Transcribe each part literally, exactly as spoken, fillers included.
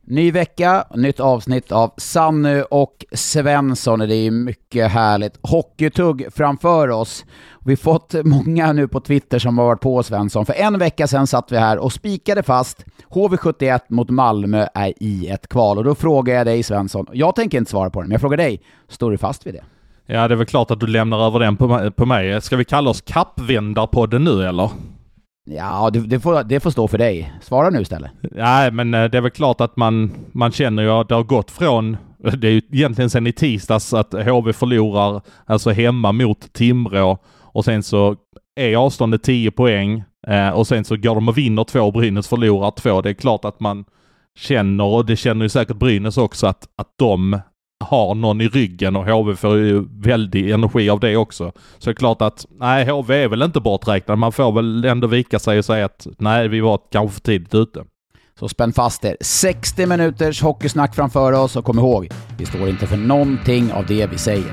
Ny vecka, nytt avsnitt av Sanny och Svensson. Det är mycket härligt hockeytugg framför oss. Vi har fått många nu på Twitter som har varit på Svensson. För en vecka sedan satt vi här och spikade fast H V sjuttioett mot Malmö är i ett kval. Och då frågar jag dig, Svensson. Jag tänker inte svara på den, men jag frågar dig. Står du fast vid det? Ja, det är väl klart att du lämnar över den på, på mig. Ska vi kalla oss kappvändarpodden nu, eller? Ja, det, det, får, det får stå för dig. Svara nu istället. Nej, men det är väl klart att man, man känner ju att det har gått från... Det är ju egentligen sen i tisdags att H V förlorar alltså hemma mot Timrå. Och sen så är avståndet tio poäng. Eh, och sen så går de och vinner två och Brynäs förlorar två. Det är klart att man känner, och det känner ju säkert Brynäs också, att, att de har någon i ryggen, och H V får ju väldigt energi av det också. Så det är klart att nej, H V är väl inte borträknad. Man får väl ändå vika sig och säga att nej, vi var kanske för tidigt ute. Så spänn fast er. sextio minuters hockeysnack framför oss, och kom ihåg, vi står inte för någonting av det vi säger.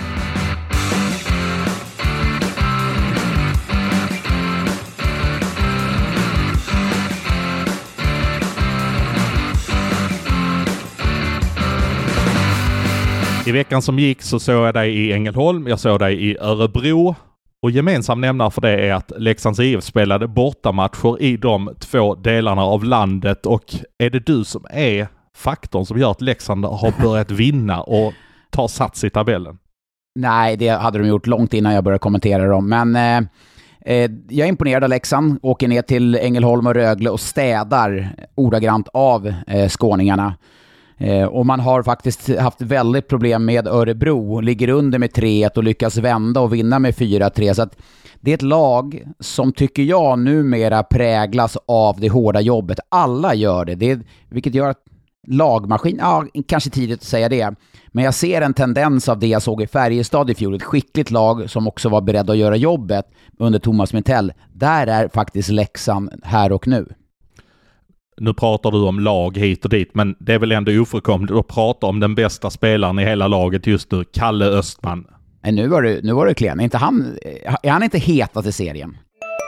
I veckan som gick så såg jag dig i Ängelholm, jag såg dig i Örebro, och gemensam nämnare för det är att Leksands I F spelade bortamatcher i de två delarna av landet. Och är det du som är faktorn som gör att Leksand har börjat vinna och ta sats i tabellen? Nej, det hade de gjort långt innan jag började kommentera dem. Men eh, eh, jag är imponerad av Leksand, åker ner till Ängelholm och Rögle och städar ordagrant av eh, skåningarna. Eh, och man har faktiskt haft väldigt problem med Örebro, ligger under med tre ett och lyckas vända och vinna med fyra tre. Så att det är ett lag som, tycker jag, numera präglas av det hårda jobbet. Alla gör det, det är, vilket gör att lagmaskin, ja, kanske tidigt att säga det, men jag ser en tendens av det jag såg i Färjestad i fjol. Ett skickligt lag som också var beredd att göra jobbet under Thomas Mittell. Där är faktiskt Leksand här och nu. Nu pratar du om lag hit och dit, men det är väl ändå ofrånkomligt att prata om den bästa spelaren i hela laget just nu, Kalle Östman. Nej, nu var det, nu var det klen. Inte han, är han inte hetast i serien?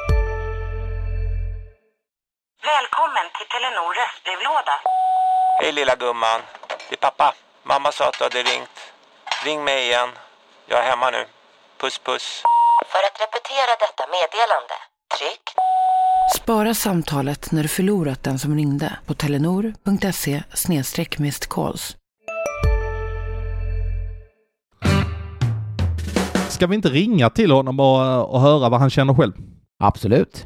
Välkommen till Telenor röstbrevlåda. Hej lilla gumman, det är pappa. Mamma sa att du hade ringt. Ring mig igen. Jag är hemma nu. Puss puss. För att repetera detta meddelande, tryck. Spara samtalet när du förlorat den som ringde på telenor.se snedstreck missed calls. Ska vi inte ringa till honom och, och höra vad han känner själv? Absolut.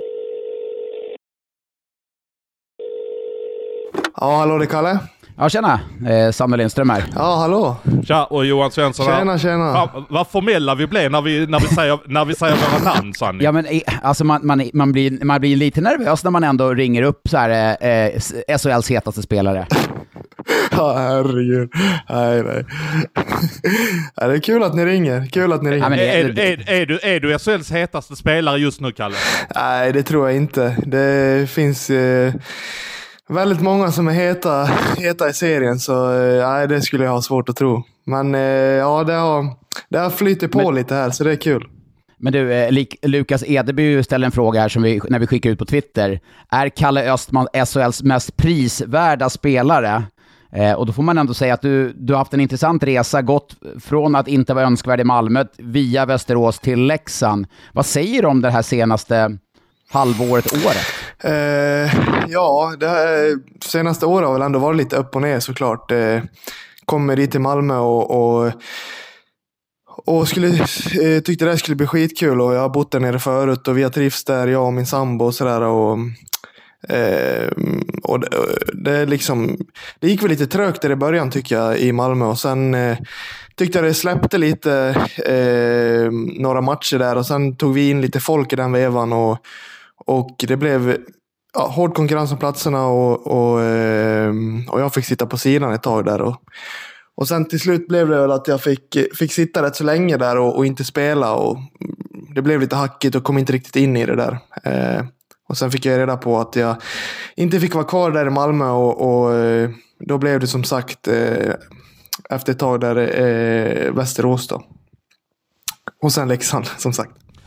Ja, hallå, det är Kalle. Ja, tjena. Eh, Samuel Lindström här. Ja, hallå. Tja, och Johan Svensson. Tjena, tjena. Fan, vad formella vi blev när vi, när vi säger, när vi säger våra namn, Sanny. Ja, men alltså man, man, man, blir, man blir lite nervös när man ändå ringer upp så här eh, S H L:s hetaste spelare. Ja, herregud. Nej, nej. Ja, det är kul att ni ringer. Kul att ni ringer. Ja, men det, är, är, är, du, är du S H L:s hetaste spelare just nu, Kalle? Nej, det tror jag inte. Det finns eh, väldigt många som är heta, heta i serien, så eh, nej, det skulle jag ha svårt att tro. Men eh, ja, det har, det har flyttat på men, lite här, så det är kul. Men du, eh, Lukas Edeby ställer en fråga här som vi, när vi skickar ut på Twitter. Är Kalle Östman S H L:s mest prisvärda spelare? Eh, och då får man ändå säga att du, du har haft en intressant resa, gått från att inte vara önskvärd i Malmö via Västerås till Leksand. Vad säger du om det här senaste halvåret, året? Eh, ja, det här senaste året har väl ändå varit lite upp och ner såklart. Eh, kommer dit till Malmö och, och, och skulle, eh, tyckte det skulle bli skitkul, och jag har bott där nere förut och vi har trivs där, jag och min sambo och sådär, och Eh, och det, det, liksom, det gick väl lite trögt där i början tycker jag i Malmö, och sen eh, tyckte jag det släppte lite eh, några matcher där, och sen tog vi in lite folk i den vevan, och, och det blev ja, hård konkurrens om platserna, och, och, eh, och jag fick sitta på sidan ett tag där, och, och sen till slut blev det väl att jag fick, fick sitta rätt så länge där och, och inte spela, och det blev lite hackigt och kom inte riktigt in i det där. eh, Och sen fick jag reda på att jag inte fick vara kvar där i Malmö, och, och då blev det som sagt eh, efter ett tag där eh, Västerås då. Och sen Leksand, som sagt.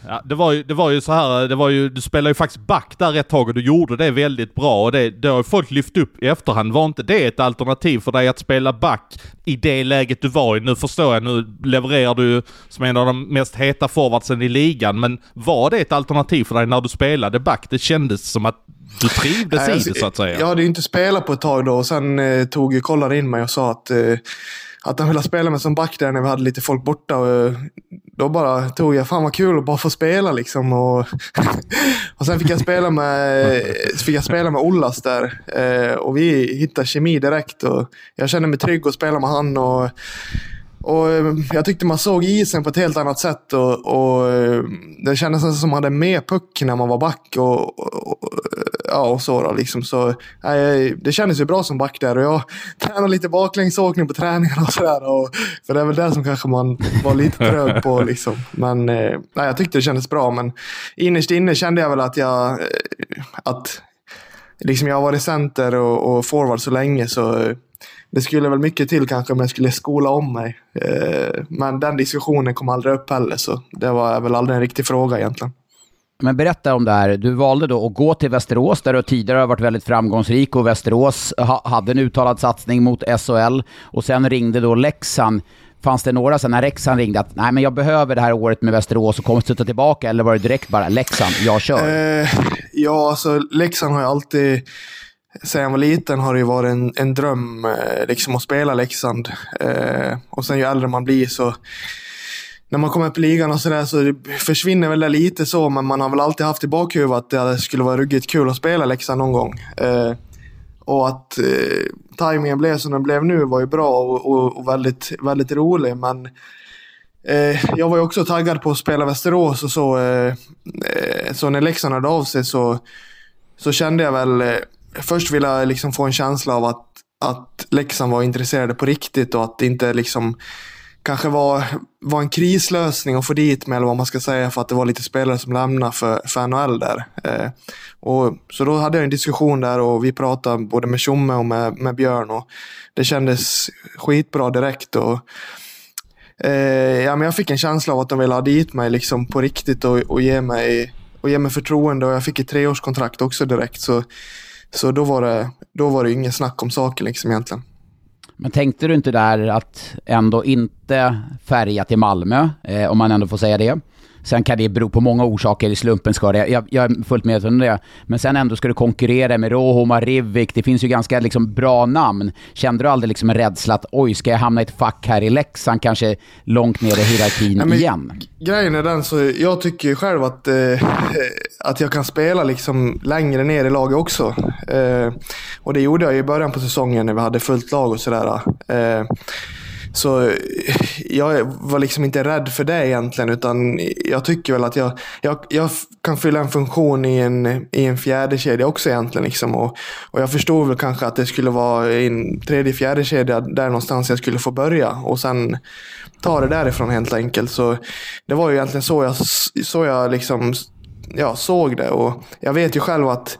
Ja, det var ju, det var ju så här, det var ju, du spelade ju faktiskt back där ett tag och du gjorde det väldigt bra och det, det har folk lyft upp i efterhand. Var inte det ett alternativ för dig att spela back i det läget du var i? Nu förstår jag, nu levererar du som en av de mest heta forwardsen i ligan, men var det ett alternativ för dig när du spelade back? Det kändes som att du trivdes Nej, i det så att säga. Jag hade ju inte spelat på ett tag då och sen eh, tog ju kollade in mig och sa att eh, att han ville spela med som back där när vi hade lite folk borta och då bara tog jag, fan vad kul att bara få spela liksom och, och sen fick jag spela med fick jag spela med Ollas där eh, och vi hittade kemi direkt och jag kände mig trygg att spela med han och Och jag tyckte man såg isen på ett helt annat sätt och, och det kändes som att man hade med puck när man var back och, och, ja, och så då, liksom. Så nej, det kändes ju bra som back där och jag tränade lite baklängsåkning på träningarna och sådär, och för det är väl det som kanske man var lite trög på liksom. Men nej, jag tyckte det kändes bra, men innerst inne kände jag väl att jag att liksom jag har varit center och, och forward så länge, så det skulle väl mycket till kanske om jag skulle skola om mig. Eh, men den diskussionen kom aldrig upp heller, så det var väl aldrig en riktig fråga egentligen. Men berätta om det här. Du valde då att gå till Västerås där du tidigare har varit väldigt framgångsrik och Västerås ha, hade en uttalad satsning mot S H L och sen ringde då Leksand. Fanns det några sen när Leksand ringde att nej men jag behöver det här året med Västerås och kommer sluta tillbaka, eller var det direkt bara Leksand, jag kör? Eh, ja, alltså Leksand har ju alltid, sen jag var liten har det ju varit en, en dröm eh, liksom att spela Leksand. Eh, och sen ju äldre man blir så när man kommer upp i ligan och sådär så det försvinner väl det lite så, men man har väl alltid haft i bakhuvudet att det skulle vara ruggigt kul att spela Leksand någon gång. Eh, och att eh, timingen blev som den blev nu var ju bra och, och, och väldigt, väldigt rolig, men eh, jag var ju också taggad på att spela Västerås och så, eh, så när Leksand hade av sig så, så kände jag väl eh, först ville jag liksom få en känsla av att, att Leksand var intresserade på riktigt och att det inte liksom kanske var, var en krislösning att få dit med, eller vad man ska säga, för att det var lite spelare som lämnade för, för N H L där. Eh, och, så då hade jag en diskussion där och vi pratade både med Tjomme och med, med Björn och det kändes skitbra direkt. Och, eh, ja, men jag fick en känsla av att de ville ha dit mig liksom på riktigt och, och, ge mig, och ge mig förtroende, och jag fick ett treårskontrakt också direkt. Så Så då var det, då var det ingen snack om saker liksom egentligen. Men tänkte du inte där att ändå inte färga till Malmö, eh, om man ändå får säga det? Sen kan det bero på många orsaker i slumpen, ska det. Jag, jag är fullt medveten om det. Men sen ändå ska du konkurrera med Rohoma, Rivik. Det finns ju ganska liksom bra namn. Kände du aldrig liksom en rädsla att oj, ska jag hamna i ett fack här i Leksand, kanske långt ner i hierarkin? Nej, igen? Grejen är den, så jag tycker själv att, eh, att jag kan spela liksom längre ner i laget också. Eh, och det gjorde jag i början på säsongen när vi hade fullt lag och sådär. Eh, Så jag var liksom inte rädd för det egentligen, utan jag tycker väl att jag, jag, jag kan fylla en funktion i en, i en fjärde kedja också egentligen. Liksom. Och, och jag förstod väl kanske att det skulle vara en tredje, fjärde kedja där någonstans jag skulle få börja och sen ta det därifrån helt enkelt. Så det var ju egentligen så jag, så jag liksom, ja, såg det, och jag vet ju själv att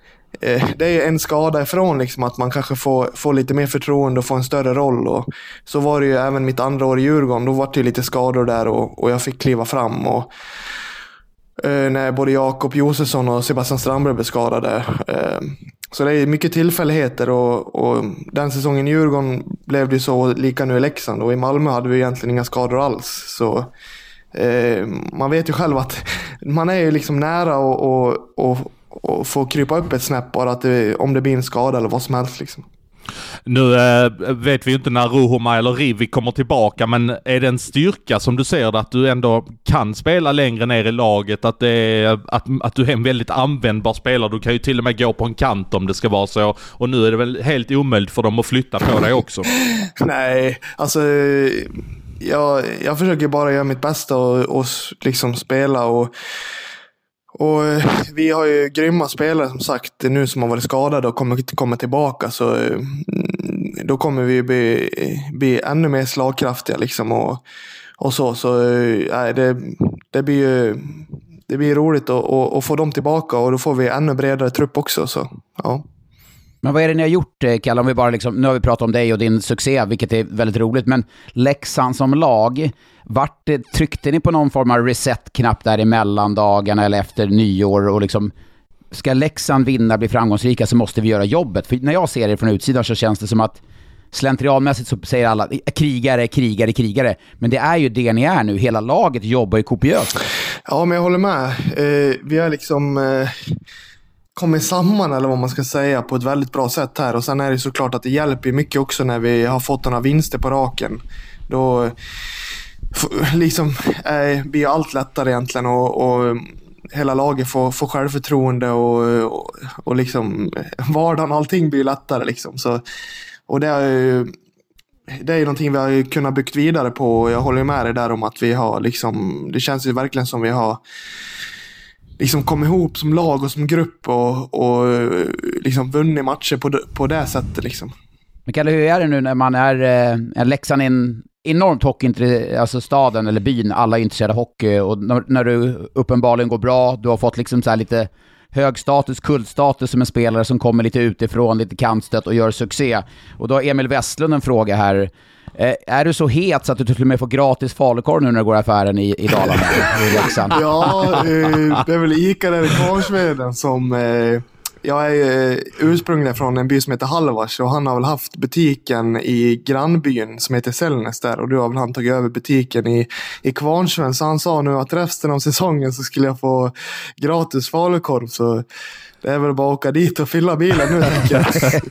det är en skada ifrån liksom, att man kanske får, får lite mer förtroende och får en större roll. Och så var det ju även mitt andra år i Djurgården. Då var det ju lite skador där och, och jag fick kliva fram. Och, eh, när både Jakob Josefsson och Sebastian Strandberg blev skadade. Eh, så det är mycket tillfälligheter. Och, och den säsongen i Djurgården blev det så lika nu i Leksand. Och i Malmö hade vi egentligen inga skador alls. Så eh, man vet ju själv att man är ju liksom nära och, och, och och få krypa upp ett snäpp bara att det, om det blir en skada eller vad som helst liksom. Nu äh, vet vi ju inte när Rohoma eller Rivik kommer tillbaka, men är det en styrka som du ser det, att du ändå kan spela längre ner i laget, att, det är, att, att du är en väldigt användbar spelare? Du kan ju till och med gå på en kant om det ska vara så, och nu är det väl helt omöjligt för dem att flytta på dig också? Nej, alltså jag, jag försöker bara göra mitt bästa och, och liksom spela, och Och vi har ju grymma spelare som sagt nu som har varit skadade och kommer inte komma tillbaka, så då kommer vi bli, bli ännu mer slagkraftiga liksom, och, och så så nej, det, det blir ju det blir roligt att, att, att få dem tillbaka, och då får vi ännu bredare trupp också, så ja. Men vad är det ni har gjort, Kalle? Om vi bara liksom, nu har vi pratat om dig och din succé, vilket är väldigt roligt, men Leksand som lag, vart tryckte ni på någon form av reset-knapp där i mellandagarna eller efter nyår och liksom, ska Leksand vinna, bli framgångsrika, så måste vi göra jobbet? För när jag ser det från utsidan så känns det som att slentrianmässigt så säger alla krigare, krigare, krigare, men det är ju det ni är nu. Hela laget jobbar ju kopiöst. Ja, men jag håller med. Eh, vi har liksom eh, kommit samman, eller vad man ska säga, på ett väldigt bra sätt här. Och sen är det såklart att det hjälper mycket också när vi har fått några vinster på raken. Då f- liksom eh, blir allt lättare egentligen, och, och hela laget får, får självförtroende och, och, och liksom vardagen, allting blir lättare liksom. Så, och det är ju det är ju någonting vi har kunnat byggt vidare på, och jag håller med dig där om att vi har liksom, det känns ju verkligen som vi har liksom kommit ihop som lag och som grupp och, och liksom vunnit matcher på, på det sättet liksom. Men Kalle, hur är det nu när man är eh, Leksand en enormt hockey, alltså staden eller byn, alla är intresserade av hockey, och när, när du uppenbarligen går bra, du har fått liksom så här lite hög status, kultstatus som en spelare som kommer lite utifrån, lite kantstött och gör succé. Och då har Emil Westlund en fråga här. Eh, är du så het så att du till och med får gratis falukorv nu när du går i affären i, i Dalarna? I Leksand? Ja, eh, det är väl Ica där i Kvarnsveden som... Eh, jag är eh, ursprungligen från en by som heter Halvars, och han har väl haft butiken i grannbyn som heter Sällnäs där, och då har väl han tagit över butiken i, i Kvarnsveden. Så han sa nu att resten av säsongen så skulle jag få gratis falukorv, så det är väl bara att åka dit och fylla bilen nu, tänker jag.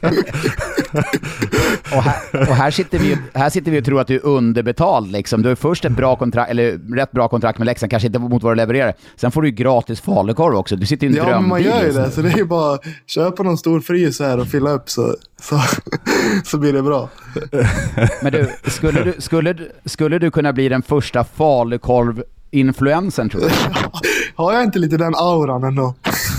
och, här, och här sitter vi här sitter vi och tror att du är underbetald liksom. Du har först ett bra kontrakt, eller rätt bra kontrakt med Leksand, kanske inte mot vad du levererar. Sen får du ju gratis falukorv också. Du sitter i en ja, drömbil. Ja, man gör ju liksom. det. Så det är ju bara att köpa någon stor frys här och fylla upp, så, så, så blir det bra. Men du, skulle du, skulle du, skulle du kunna bli den första falukorv-influensen, tror du? Har jag inte lite den auran ändå?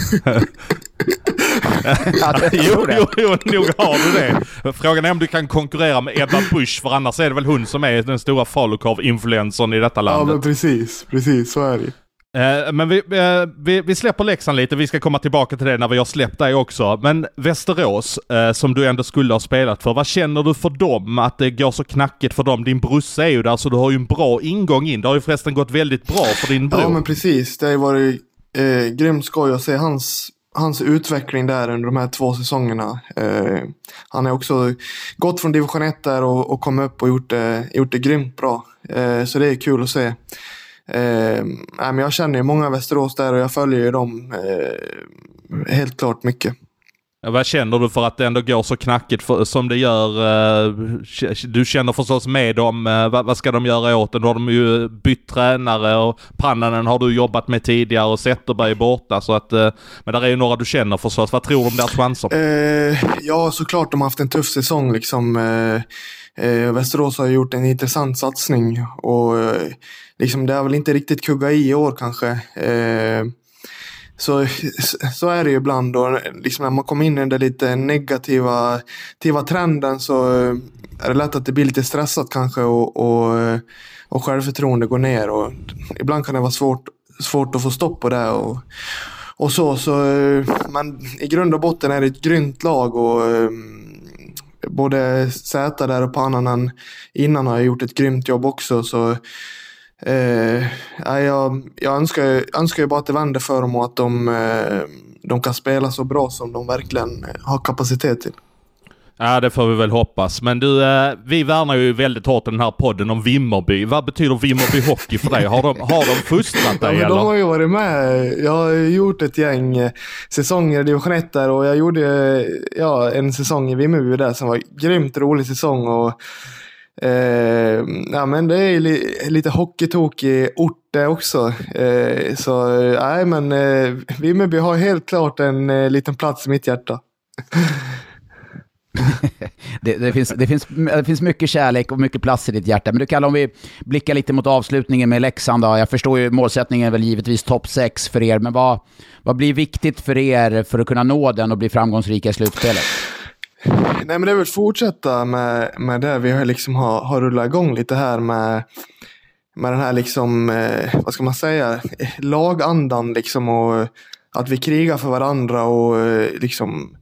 jo, jo, jo, nog har du det. Frågan är om du kan konkurrera med Ebba Busch, för annars är det väl hon som är den stora falukorv-influensen i detta landet. Ja, men precis, precis, så är det. Eh, men vi, eh, vi, vi släpper Leksand lite, vi ska komma tillbaka till det när vi har släppt dig också. Men Västerås, eh, som du ändå skulle ha spelat för, vad känner du för dem, att det går så knackigt för dem? Din brusse är ju där, så du har ju en bra ingång in. Det har ju förresten gått väldigt bra för din bror. Ja, men precis, det har ju varit eh, grymt skoj att se hans hans utveckling där under de här två säsongerna. Eh, han har också gått från division ett där och, och kommit upp och gjort det, gjort det grymt bra. Eh, så det är kul att se. Eh, men jag känner ju många Västerås där, och jag följer ju dem eh, helt klart mycket. Ja, vad känner du för att det ändå går så knackigt för, som det gör? Uh, du känner förstås med dem. Uh, vad, vad ska de göra åt det? Då har de ju bytt tränare, och Pannanen har du jobbat med tidigare, och Zetterberg är borta. Så att, uh, men där är ju några du känner förstås. Vad tror du om deras chanser? Uh, ja, såklart de har haft en tuff säsong. Liksom. Uh, uh, Västerås har gjort en intressant satsning, och uh, liksom, det har väl inte riktigt kugga i år kanske. Uh, Så, så är det ju ibland då, liksom när man kommer in i den lite negativa, negativa trenden, så är det lätt att det blir lite stressat kanske, och, och, och självförtroende går ner, och ibland kan det vara svårt, svårt att få stopp på det och, och så, så men i grund och botten är det ett grymt lag, och både Zäta där och Pannanen innan har gjort ett grymt jobb också, så Eh, jag, jag önskar, önskar ju bara att det vänder för dem, och att de, eh, de kan spela så bra som de verkligen har kapacitet till. Ja, det får vi väl hoppas. Men du, eh, vi värnar ju väldigt hårt i den här podden om Vimmerby. Vad betyder Vimmerby hockey för dig? Har de, har de fostrat dig? Ja, men eller? de har ju varit med. Jag har gjort ett gäng säsonger i division ett där, och jag gjorde ja, en säsong i Vimmerby där som var grymt rolig säsong, och Eh, ja, men det är li, lite hockeytokig ort det också. Eh, så nej, men eh, Vimmerby har helt klart en eh, liten plats i mitt hjärta. det, det, finns, det, finns, det finns mycket kärlek och mycket plats i ditt hjärta. Men du Kalle, om vi blickar lite mot avslutningen med Leksand då. Jag förstår ju, målsättningen är väl givetvis topp sex för er. Men vad, vad blir viktigt för er för att kunna nå den och bli framgångsrika i slutspelet? Nej, men det är väl fortsätta med, med det vi har, liksom har, har rullat igång lite här med, med den här liksom, eh, vad ska man säga, lagandan liksom, och att vi krigar för varandra, och eh, liksom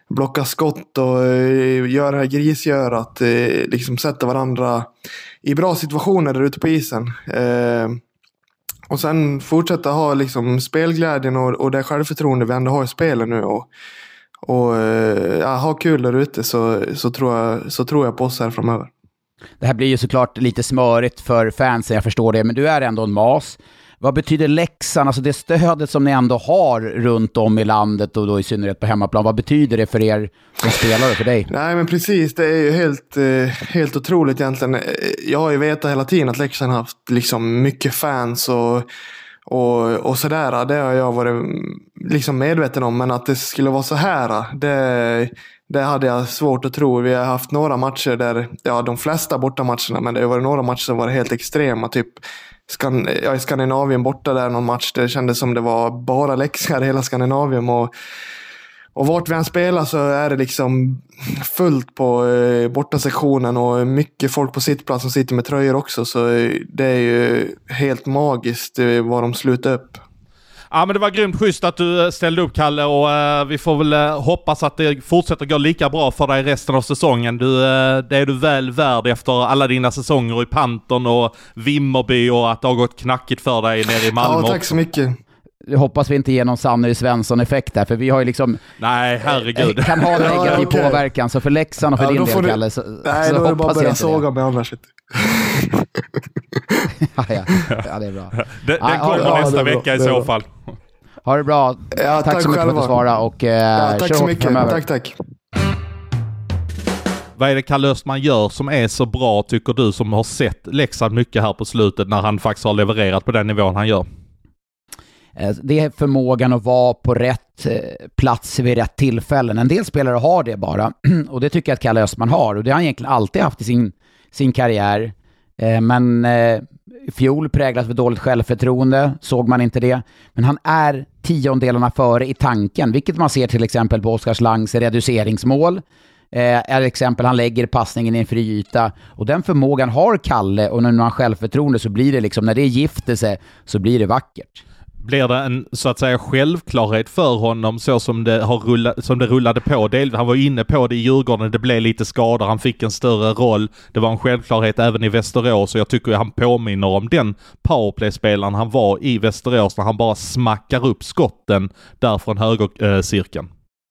blocka skott och eh, göra det här grisgörat, eh, liksom sätta varandra i bra situationer där ute på isen. Eh, och sen fortsätta ha liksom spelglädjen och, och det självförtroende vi ändå har i spelet nu och, och eh, ja, ha kul där ute, så, så, tror jag, så tror jag på oss här framöver. Det här blir ju såklart lite smörigt för fansen, jag förstår det, men du är ändå en mas. Vad betyder Leksand, alltså det stödet som ni ändå har runt om i landet och då i synnerhet på hemmaplan, vad betyder det för er som spelare och för dig? Nej men precis, det är ju helt, helt otroligt egentligen. Jag har ju vetat hela tiden att Leksand har haft liksom mycket fans och, och, och sådär. Det har jag varit liksom medveten om, men att det skulle vara så här, det, det hade jag svårt att tro. Vi har haft några matcher där, ja de flesta bortamatcherna, men det har varit några matcher som var helt extrema, typ Skan- ja, i Skandinavien borta där någon match, det kändes som det var bara Leksand i hela Skandinavien, och, och vart vi än spelar så är det liksom fullt på eh, bortasektionen och mycket folk på sittplats som sitter med tröjor också, så eh, det är ju helt magiskt eh, vad de slutar upp. Ja, men det var grymt schysst att du ställde upp, Kalle, och uh, vi får väl uh, hoppas att det fortsätter gå lika bra för dig resten av säsongen. Du, uh, det är du väl värd efter alla dina säsonger i Panton och Vimmerby, och att det har gått knackigt för dig nere i Malmö. Ja, tack så mycket. Jag hoppas vi inte ger någon Sanny Svensson-effekt där, för vi har ju liksom... Nej, herregud. Kan ha negativ ja, okay. påverkan, så för Leksand och för ja, din del, du... Kalle, så, nej, så då är det bara hoppas börja jag såga med annars. ja, ja. ja, det är bra. Den, ja, den kommer ja, nästa ja, vecka i så fall. Ha det bra. Ja, tack, tack så mycket själva. för att du svarade och eh, ja, tack kör så mycket. Framöver. Tack, tack. Vad är det Kalle Östman gör som är så bra, tycker du, som har sett Leksand mycket här på slutet när han faktiskt har levererat på den nivån han gör? Det är förmågan att vara på rätt plats vid rätt tillfällen. En del spelare har det bara, och det tycker jag att Kalle Östman har, och det har han egentligen alltid haft i sin, sin karriär. Men i fjol präglas av dåligt självförtroende, såg man inte det. Men han är tiondelarna före i tanken, vilket man ser till exempel på Oskar Slangs reduceringsmål. Är exempel, han lägger passningen i en fri yta, och den förmågan har Kalle, och när man har självförtroende så blir det liksom, när det gifter sig så blir det vackert. Blir det en så att säga självklarhet för honom så som det har rullat, som det rullade på? Han var inne på det i Djurgården, det blev lite skador, han fick en större roll. Det var en självklarhet även i Västerås, så jag tycker att han påminner om den powerplay-spelaren han var i Västerås när han bara smackar upp skotten där från högercirkeln.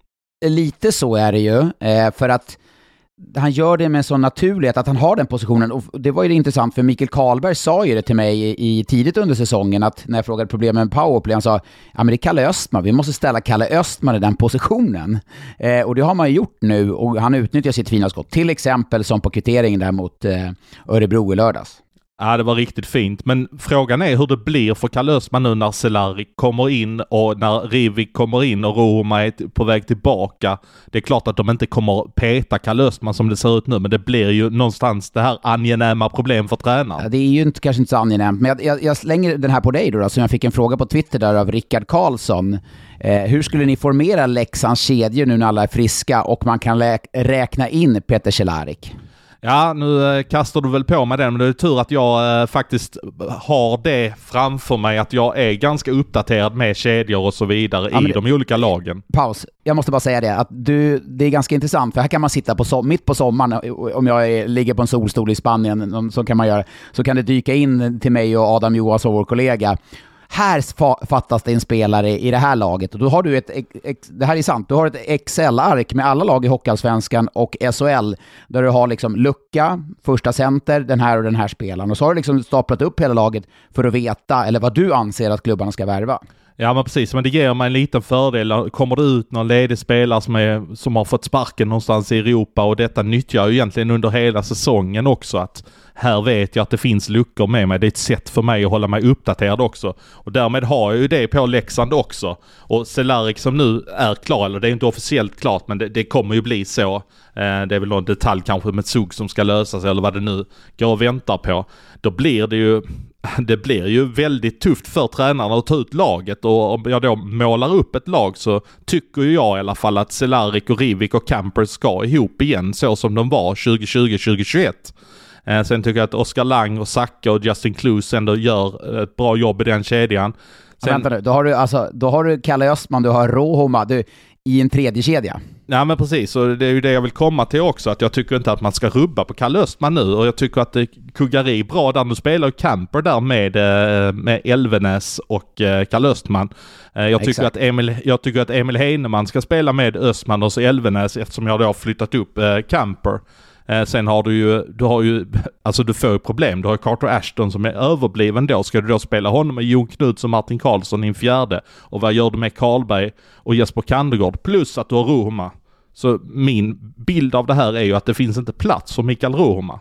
Lite så är det ju, för att han gör det med sån naturlighet att han har den positionen, och det var ju det intressant, för Mikael Karlberg sa ju det till mig i, i tidigt under säsongen, att när jag frågade problemen med powerplay, han sa, ja men det är Kalle Östman, vi måste ställa Kalle Östman i den positionen, eh, och det har man ju gjort nu, och han utnyttjar sitt fina skott, till exempel som på kvitteringen där mot eh, Örebro i lördags. Ja, det var riktigt fint. Men frågan är hur det blir för Kalle Östman nu när Cehlárik kommer in och när Rivik kommer in och Rohma är på väg tillbaka. Det är klart att de inte kommer peta Kalle Östman som det ser ut nu, men det blir ju någonstans det här angenäma problem för tränaren. Ja, det är ju inte, kanske inte så angenämt, men jag, jag, jag slänger den här på dig då, då, så jag fick en fråga på Twitter där av Rickard Karlsson. Eh, hur skulle ni formera Leksands kedjor nu när alla är friska och man kan lä- räkna in Peter Cehlárik? Ja, nu eh, kastar du väl på mig den, men det är tur att jag eh, faktiskt har det framför mig, att jag är ganska uppdaterad med kedjor och så vidare ja, i det, de olika lagen. Paus. Jag måste bara säga det, att du, det är ganska intressant, för här kan man sitta på som, mitt på sommaren, om jag är, ligger på en solstol i Spanien, så kan man göra, så kan det dyka in till mig och Adam Johansson, vår kollega. Här fa- fattas det en spelare i det här laget, och då har du ett, ex, det här är sant, du har ett Excel-ark med alla lag i Hockeyallsvenskan och S H L, där du har liksom lucka, första center, den här och den här spelaren, och så har du liksom staplat upp hela laget för att veta, eller vad du anser att klubbarna ska värva. Ja, men precis, men det ger mig en liten fördel. Kommer det ut någon ledig spelare som, är, som har fått sparken någonstans i Europa, och detta nyttjar jag ju egentligen under hela säsongen också, att här vet jag att det finns luckor med mig. Det är ett sätt för mig att hålla mig uppdaterad också. Och därmed har jag ju det på Leksand också. Och Cehlárik som nu är klar, eller det är inte officiellt klart, men det, det kommer ju bli så. Eh, det är väl någon detalj kanske med Zug som ska lösas, eller vad det nu går och väntar på. Då blir det ju det blir ju väldigt tufft för tränarna att ta ut laget, och om jag då målar upp ett lag så tycker jag i alla fall att Cehlárik och Rivik och Camper ska ihop igen så som de var tjugo tjugo tjugo tjugoett. Eh, sen tycker jag att Oskar Lang och Zacka och Justin Klus ändå gör ett bra jobb i den kedjan. Sen... Ja, vänta nu, då har du, alltså, då har du Kalle Östman, du har Rohma, du, i en tredje kedja. Ja, men precis, och det är ju det jag vill komma till också, att jag tycker inte att man ska rubba på Kalle Östman nu, och jag tycker att det Kugari bra där. Nu spelar ju Camper där med, med Elvenäs och Kalle Östman. Jag tycker, att Emil, jag tycker att Emil Heinemann ska spela med Östman och så Elvenäs, eftersom jag då har flyttat upp Camper. Sen har du ju, du har ju, alltså du får ju problem. Du har Carter Ashton som är överbliven då. Ska du då spela honom med Jon Knuts och Martin Karlsson i en fjärde? Och vad gör du med Karlberg och Jesper Kandegård? Plus att du har Rohma. Så min bild av det här är ju att det finns inte plats för Mikael Rohma.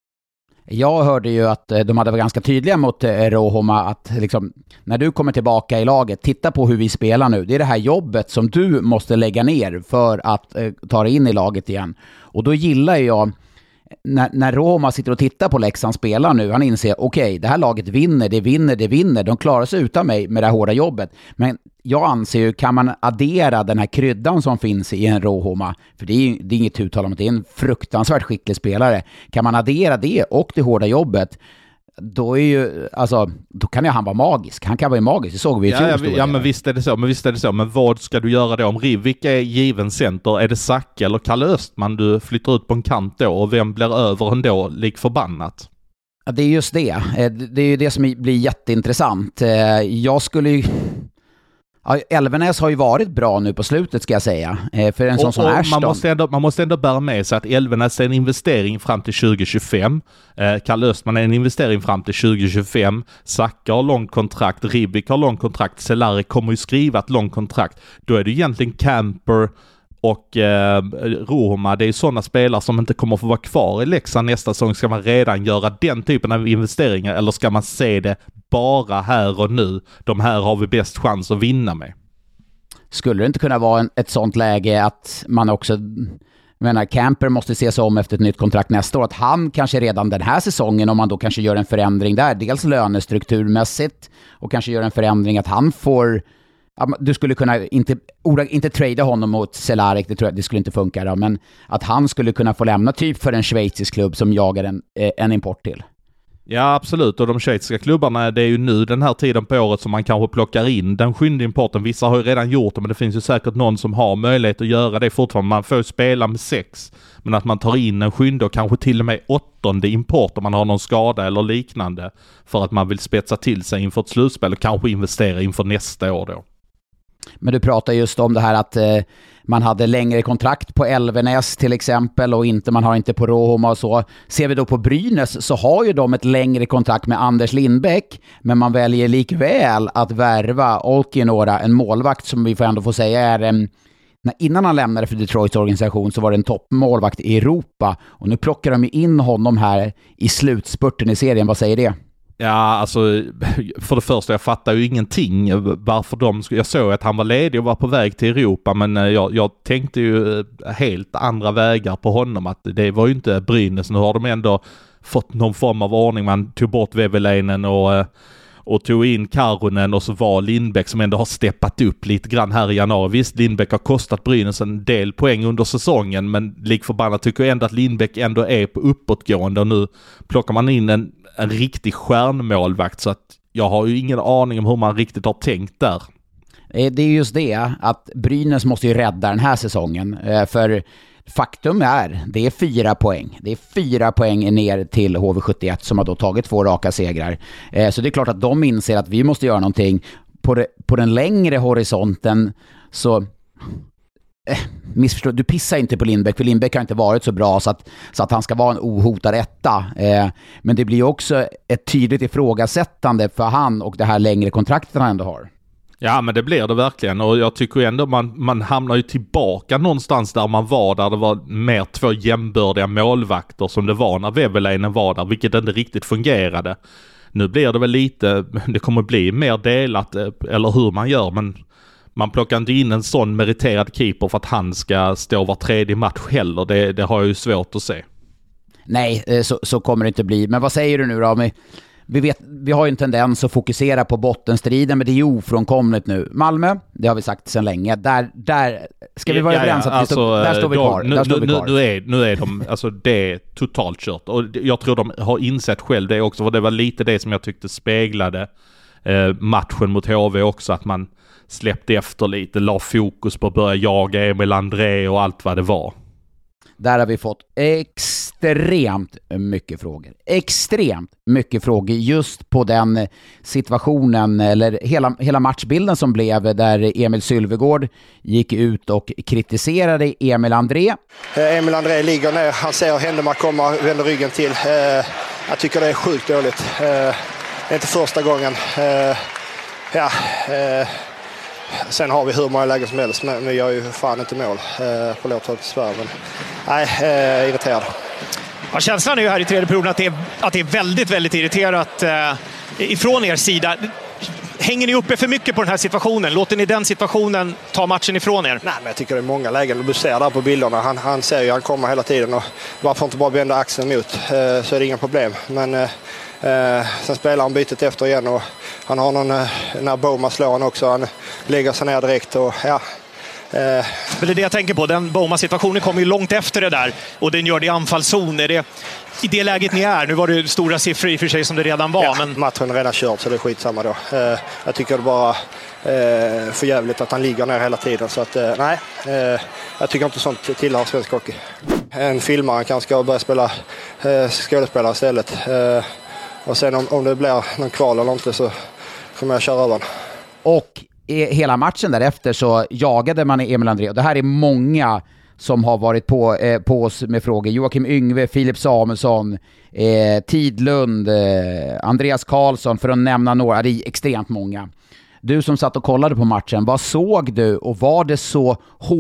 Jag hörde ju att de hade varit ganska tydliga mot Rohma att liksom, när du kommer tillbaka i laget, titta på hur vi spelar nu. Det är det här jobbet som du måste lägga ner för att eh, ta dig in i laget igen. Och då gillar jag när, när Rohma sitter och tittar på Leksand spelar nu, han inser okej, okay, det här laget vinner, det vinner, det vinner. De klarar sig utan mig med det här hårda jobbet. Men jag anser ju, kan man addera den här kryddan som finns i en Rohma, för det är, det är inget uttal om att det är en fruktansvärt skicklig spelare. Kan man addera det och det hårda jobbet, då är ju, alltså, då kan ju han vara magisk. Han kan vara magisk, det såg vi ju. Ja, ja, ja, men visst är det så, men visst är det så. Men vad ska du göra då om Rivik är given center? Är det Zacke eller Kalle Östman du flyttar ut på en kant då? Och vem blir över ändå, lik förbannat? Ja, det är just det. Det är ju det som blir jätteintressant. Jag skulle ju... Ja, Elvenäs har ju varit bra nu på slutet, ska jag säga. För en sån och, som och Ashton. Man måste, ändå, man måste ändå bära med sig att Elvenäs är en investering fram till tjugo tjugofem. Eh, Kalle Östman är en investering fram till tjugo tjugofem. Zacke har långt kontrakt. Rivik har långt kontrakt. Cehlárik kommer ju skriva ett långt kontrakt. Då är det egentligen Camper och eh, Rohma. Det är sådana spelare som inte kommer att få vara kvar i Leksand nästa säsong. Ska man redan göra den typen av investeringar, eller ska man se det bara här och nu? De här har vi bäst chans att vinna med. Skulle det inte kunna vara en, ett sånt läge att man också, jag menar, Camper måste ses om efter ett nytt kontrakt nästa år, att han kanske redan den här säsongen, om man då kanske gör en förändring där, dels lönestrukturmässigt och kanske gör en förändring att han får, du skulle kunna inte, inte trada honom mot Cehlárik, det tror jag det skulle inte funka då, men att han skulle kunna få lämna typ för en schweizisk klubb som jagar en, en import till. Ja, absolut. Och de schweiziska klubbarna, det är ju nu den här tiden på året som man kanske plockar in den sjunde importen. Vissa har ju redan gjort det, men det finns ju säkert någon som har möjlighet att göra det fortfarande. Man får ju spela med sex, men att man tar in en sjunde och kanske till och med åttonde import om man har någon skada eller liknande, för att man vill spetsa till sig inför ett slutspel och kanske investera inför nästa år då. Men du pratar just om det här att eh, man hade längre kontrakt på Elvenäs till exempel och inte, man har inte på Rohma och så. Ser vi då på Brynäs så har ju de ett längre kontrakt med Anders Lindbäck, men man väljer likväl att värva Olkinuora, en målvakt som vi får ändå få säga är en, när innan han lämnade för Detroits organisation så var det en toppmålvakt i Europa, och nu plockar de in honom här i slutspurten i serien. Vad säger det? Ja, alltså för det första, jag fattar ju ingenting varför de, jag såg att han var ledig och var på väg till Europa, men jag, jag tänkte ju helt andra vägar på honom, att det var ju inte Brynäs. Nu har de ändå fått någon form av ordning, man tog bort Vevelainen och, och tog in Karunen, och så var Lindbäck som ändå har steppat upp lite grann här i januari. Visst, Lindbäck har kostat Brynäs en del poäng under säsongen, men likförbannat tycker jag ändå att Lindbäck ändå är på uppåtgående, och nu plockar man in en en riktig stjärnmålvakt, så att jag har ju ingen aning om hur man riktigt har tänkt där. Det är just det, att Brynäs måste ju rädda den här säsongen, för faktum är, det är fyra poäng. Det är fyra poäng ner till H V sjuttioett som har då tagit två raka segrar. Så det är klart att de inser att vi måste göra någonting på, det, på den längre horisonten. Så Eh, missförstå, du pissar inte på Lindbäck, för Lindbäck har inte varit så bra så att, så att han ska vara en ohotad etta, eh, men det blir också ett tydligt ifrågasättande för han och det här längre kontraktet han ändå har. Ja, men det blir det verkligen, och jag tycker ändå man, man hamnar ju tillbaka någonstans där man var, där det var mer två jämbördiga målvakter som det var när Vevelainen var där, vilket inte riktigt fungerade. Nu blir det väl lite, det kommer bli mer delat, eller hur man gör, men man plockar inte in en sån meriterad keeper för att han ska stå var tredje match heller. Det, det har jag ju svårt att se. Nej, så, så kommer det inte bli. Men vad säger du nu då? Vi, vet, vi har ju en tendens att fokusera på bottenstriden, men det är ju ofrånkomligt nu. Malmö, det har vi sagt sedan länge. Där, där ska vi vara överens, ja, ja, att vi stå, alltså, där står vi kvar. Nu, där står vi nu, kvar. Nu, är, nu är de, alltså det är totalt kört. Och jag tror de har insett själv det också, för det var lite det som jag tyckte speglade eh, matchen mot H V också, att man släppte efter lite, la fokus på att börja jaga Emil André och allt vad det var. Där har vi fått extremt mycket frågor. Extremt mycket frågor just på den situationen, eller hela, hela matchbilden som blev där Emil Sylvegård gick ut och kritiserade Emil André. Emil André ligger ner, han ser Händemark komma, vänder ryggen till. Jag tycker det är sjukt dåligt. Det är inte första gången. Ja... Sen har vi hur många lägen som helst, men vi gör ju fan inte mål eh, på låt till Sverige. Men nej, eh, irriterad. Ja, känslan är ju här i tredje perioden att det är, att det är väldigt, väldigt irriterat eh, ifrån er sida. Hänger ni uppe för mycket på den här situationen? Låter ni den situationen ta matchen ifrån er? Nej, men jag tycker det är många lägen. Du ser där på bilderna. Han, han ser ju, han kommer hela tiden. Och varför inte bara vända axeln mot, eh, så är det inga problem. Men... Eh, Eh, sen spelar han bytet efter igen och han har någon, eh, när Boma slår han också, han lägger sig ner direkt och ja. Eh. Men det är det jag tänker på, den Boma-situationen kommer ju långt efter det där och den gör det i anfallszon. Är det i det läget ni är? Nu var det stora siffror i och för sig som det redan var. Ja, men... matchen är redan körd så det är skitsamma då. Eh, jag tycker det bara eh, för jävligt att han ligger ner hela tiden så att eh, nej, eh, jag tycker inte sånt tillhör svensk hockey. En filmare kanske ska börja spela eh, skådespelare istället. Eh, Och sen om, om det blir någon kval eller inte så kommer jag köra över. Och i hela matchen därefter så jagade man Emil André. Och det här är många som har varit på, eh, på oss med frågor. Joakim Yngve, Filip Samuelsson, eh, Tidlund, eh, Andreas Karlsson, för att nämna några. Det är extremt många. Du som satt och kollade på matchen, vad såg du och var det så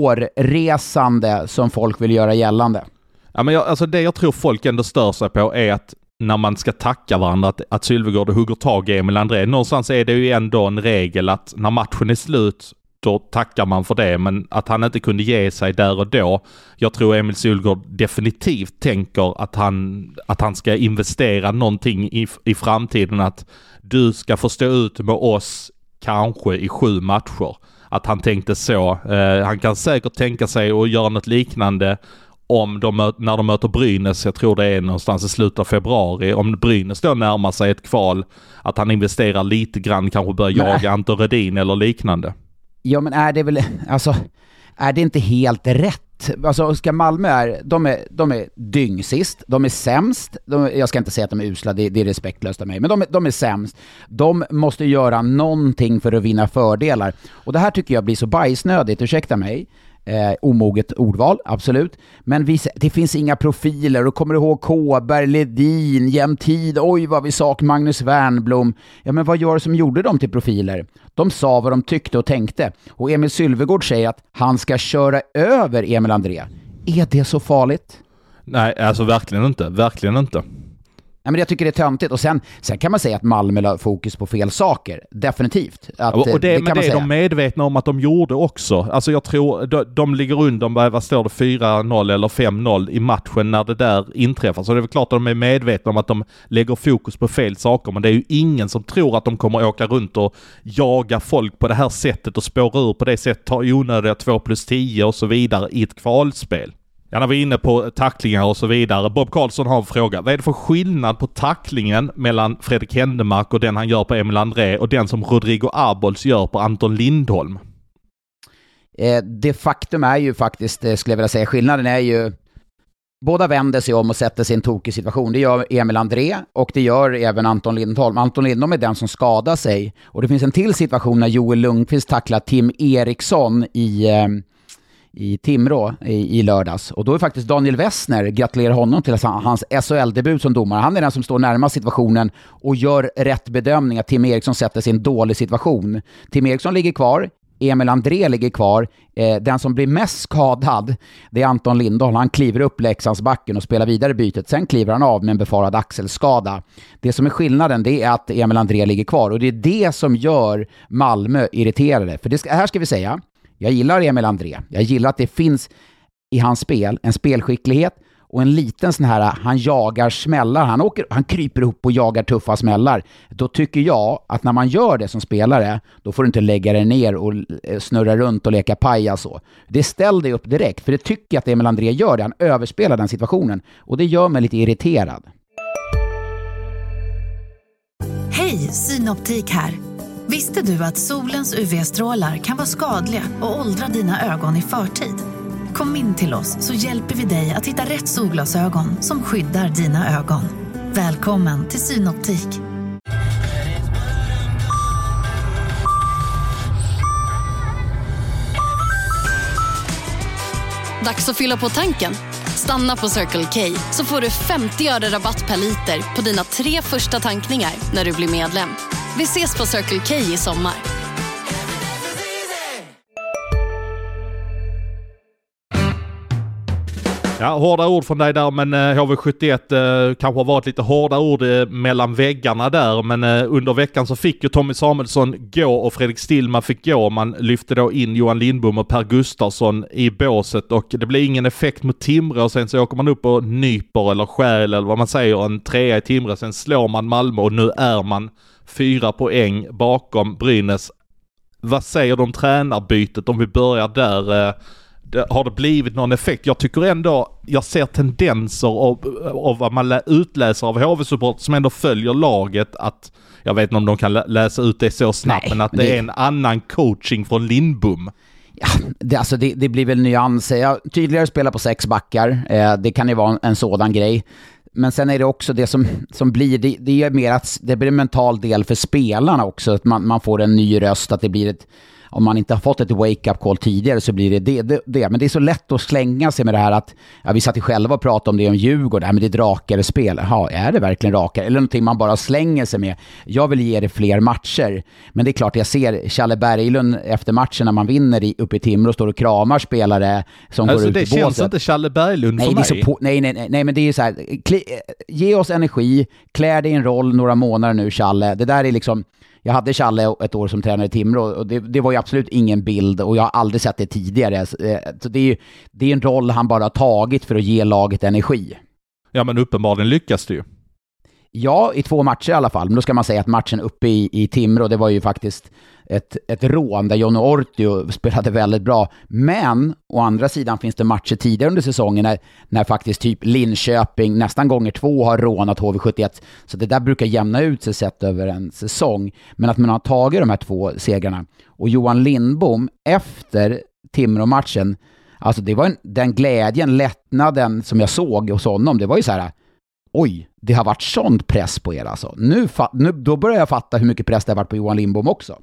hårresande som folk vill göra gällande? Ja, men jag, alltså det jag tror folk ändå stör sig på är att när man ska tacka varandra att, att Sylvegård hugger tag i Emil André. Någonstans är det ju ändå en regel att när matchen är slut då tackar man för det, men att han inte kunde ge sig där och då. Jag tror Emil Sylvegård definitivt tänker att han, att han ska investera någonting i, i framtiden, att du ska få stå ut med oss kanske i sju matcher. Att han tänkte så. Eh, han kan säkert tänka sig att göra något liknande om de, när de möter Brynäs, jag tror det är någonstans i slutet av februari, om Brynäs då närmar sig ett kval, att han investerar lite grann, kanske börjar jaga Nej. Anton Redin eller liknande. Ja, men är det väl, alltså, är det inte helt rätt? Alltså, ska Malmö är, de är, de är dyngsist, de är sämst, de, jag ska inte säga att de är usla, det, det är respektlöst av mig, men de är, de är sämst. De måste göra någonting för att vinna fördelar. Och det här tycker jag blir så bajsnödigt, ursäkta mig. Eh, omoget ordval, absolut. Men vi, det finns inga profiler. Och kommer du ihåg Kåberg, Ledin, Jämtid, oj vad vi sak Magnus Wernblom. Ja, men vad gör som gjorde dem till profiler? De sa vad de tyckte och tänkte. Och Emil Sylvegård säger att han ska köra över Emil André. Är det så farligt? Nej, alltså verkligen inte. Verkligen inte. Ja, men jag tycker det är töntigt. Och sen, sen kan man säga att Malmö la fokus på fel saker. Definitivt. Att, och det, det kan men man det är säga. de medvetna om att de gjorde också. Alltså jag tror, de, de ligger under, vad står det, fyra noll eller fem noll i matchen när det där inträffar. Så det är väl klart att de är medvetna om att de lägger fokus på fel saker. Men det är ju ingen som tror att de kommer åka runt och jaga folk på det här sättet och spåra ur på det sättet, ta onödiga två plus tio och så vidare i ett kvalspel. Ja, när vi är inne på tacklingar och så vidare. Bob Karlsson har en fråga. Vad är det för skillnad på tacklingen mellan Fredrik Händemark och den han gör på Emil André och den som Rodrigo Arbols gör på Anton Lindholm? Eh, det faktum är ju faktiskt, eh, skulle jag vilja säga, skillnaden är ju båda vänder sig om och sätter sig i en tokig situation. Det gör Emil André och det gör även Anton Lindholm. Anton Lindholm är den som skadar sig. Och det finns en till situation när Joel Lundqvist tacklar Tim Eriksson i... Eh, i Timrå i, i lördags. Och då är faktiskt Daniel Wessner, gratulerar honom till hans S H L-debut som domare. Han är den som står närmast situationen och gör rätt bedömning att Tim Eriksson sätter sig i en dålig situation. Tim Eriksson ligger kvar, Emil André ligger kvar. Eh, den som blir mest skadad, det är Anton Lindholm. Han kliver upp Leksandsbacken och spelar vidare bytet. Sen kliver han av med en befarad axelskada. Det som är skillnaden, det är att Emil André ligger kvar. Och det är det som gör Malmö irriterade. För det ska, här ska vi säga, jag gillar Emil André. Jag gillar att det finns i hans spel en spelskicklighet och en liten sån här, han jagar smällar. Han, åker, han kryper ihop och jagar tuffa smällar. Då tycker jag att när man gör det som spelare, då får du inte lägga dig ner och snurra runt och leka paja så. Det ställer dig upp direkt, för det tycker jag att Emil André gör det. Han överspelar den situationen och det gör mig lite irriterad. Hej, Synoptik här. Visste du att solens U V-strålar kan vara skadliga och åldra dina ögon i förtid? Kom in till oss så hjälper vi dig att hitta rätt solglasögon som skyddar dina ögon. Välkommen till Synoptik. Dags att fylla på tanken. Stanna på Circle K så får du femtio öre rabatt per liter på dina tre första tankningar när du blir medlem. Vi ses på Circle K i sommar. Ja, hårda ord från dig där, men eh, H V sjuttioett eh, kanske har varit lite hårda ord eh, mellan väggarna där, men eh, under veckan så fick ju Tommy Samuelsson gå och Fredrik Stillman fick gå. Man lyfte då in Johan Lindbom och Per Gustafsson i båset och det blev ingen effekt mot Timrå. Sen så åker man upp och nyper eller skär eller vad man säger, en trea i Timrå. Sen slår man Malmö och nu är man fyra poäng bakom Brynäs. Vad säger du om tränarbytet om vi börjar där? Eh, Det, har det blivit någon effekt? Jag tycker ändå, jag ser tendenser av, av vad man lä, utläser av H V-support som ändå följer laget, att jag vet inte om de kan lä, läsa ut det så snabbt, Nej, men att det, det är en annan coaching från Lindbom. Ja, det, alltså det, det blir väl nyanser. Jag tydligare spela på sex backar, eh, det kan ju vara en, en sådan grej. Men sen är det också det som, som blir, det, det är mer att det blir en mental del för spelarna också, att man, man får en ny röst, att det blir ett, om man inte har fått ett wake-up call tidigare så blir det det, det det. Men det är så lätt att slänga sig med det här att, ja, vi satt ju själva och pratade om det om Djurgården, men det är ett rakare spel. Ja, är det verkligen rakare? Eller någonting man bara slänger sig med. Jag vill ge det fler matcher. Men det är klart, jag ser Challe Berglund efter matchen när man vinner i, uppe i Timrå och står och kramar spelare som alltså går ut det i båset. känns inte Challe Berglund nej, för det mig. är så på, nej, nej, nej, nej, men det är ju så här, kli, ge oss energi, klär dig i en roll några månader nu, Challe. Det där är liksom, jag hade Challe ett år som tränare i Timrå och det, det var ju absolut ingen bild och jag har aldrig sett det tidigare. Så det är ju det är en roll han bara har tagit för att ge laget energi. Ja, men uppenbarligen lyckas det ju. Ja, i två matcher i alla fall. Men då ska man säga att matchen uppe i, i Timrå, det var ju faktiskt ett, ett rån där Johnny Ortio spelade väldigt bra. Men å andra sidan finns det matcher tidigare under säsongen när, när faktiskt typ Linköping nästan gånger två har rånat H V sjuttioett. Så det där brukar jämna ut sig sett över en säsong. Men att man har tagit de här två segrarna. Och Johan Lindbom efter Timrå-matchen, alltså det var en, den glädjen, lättnaden som jag såg hos honom, det var ju så här: oj, det har varit sånt press på er alltså. Nu, nu, då börjar jag fatta hur mycket press det har varit på Johan Lindbom också.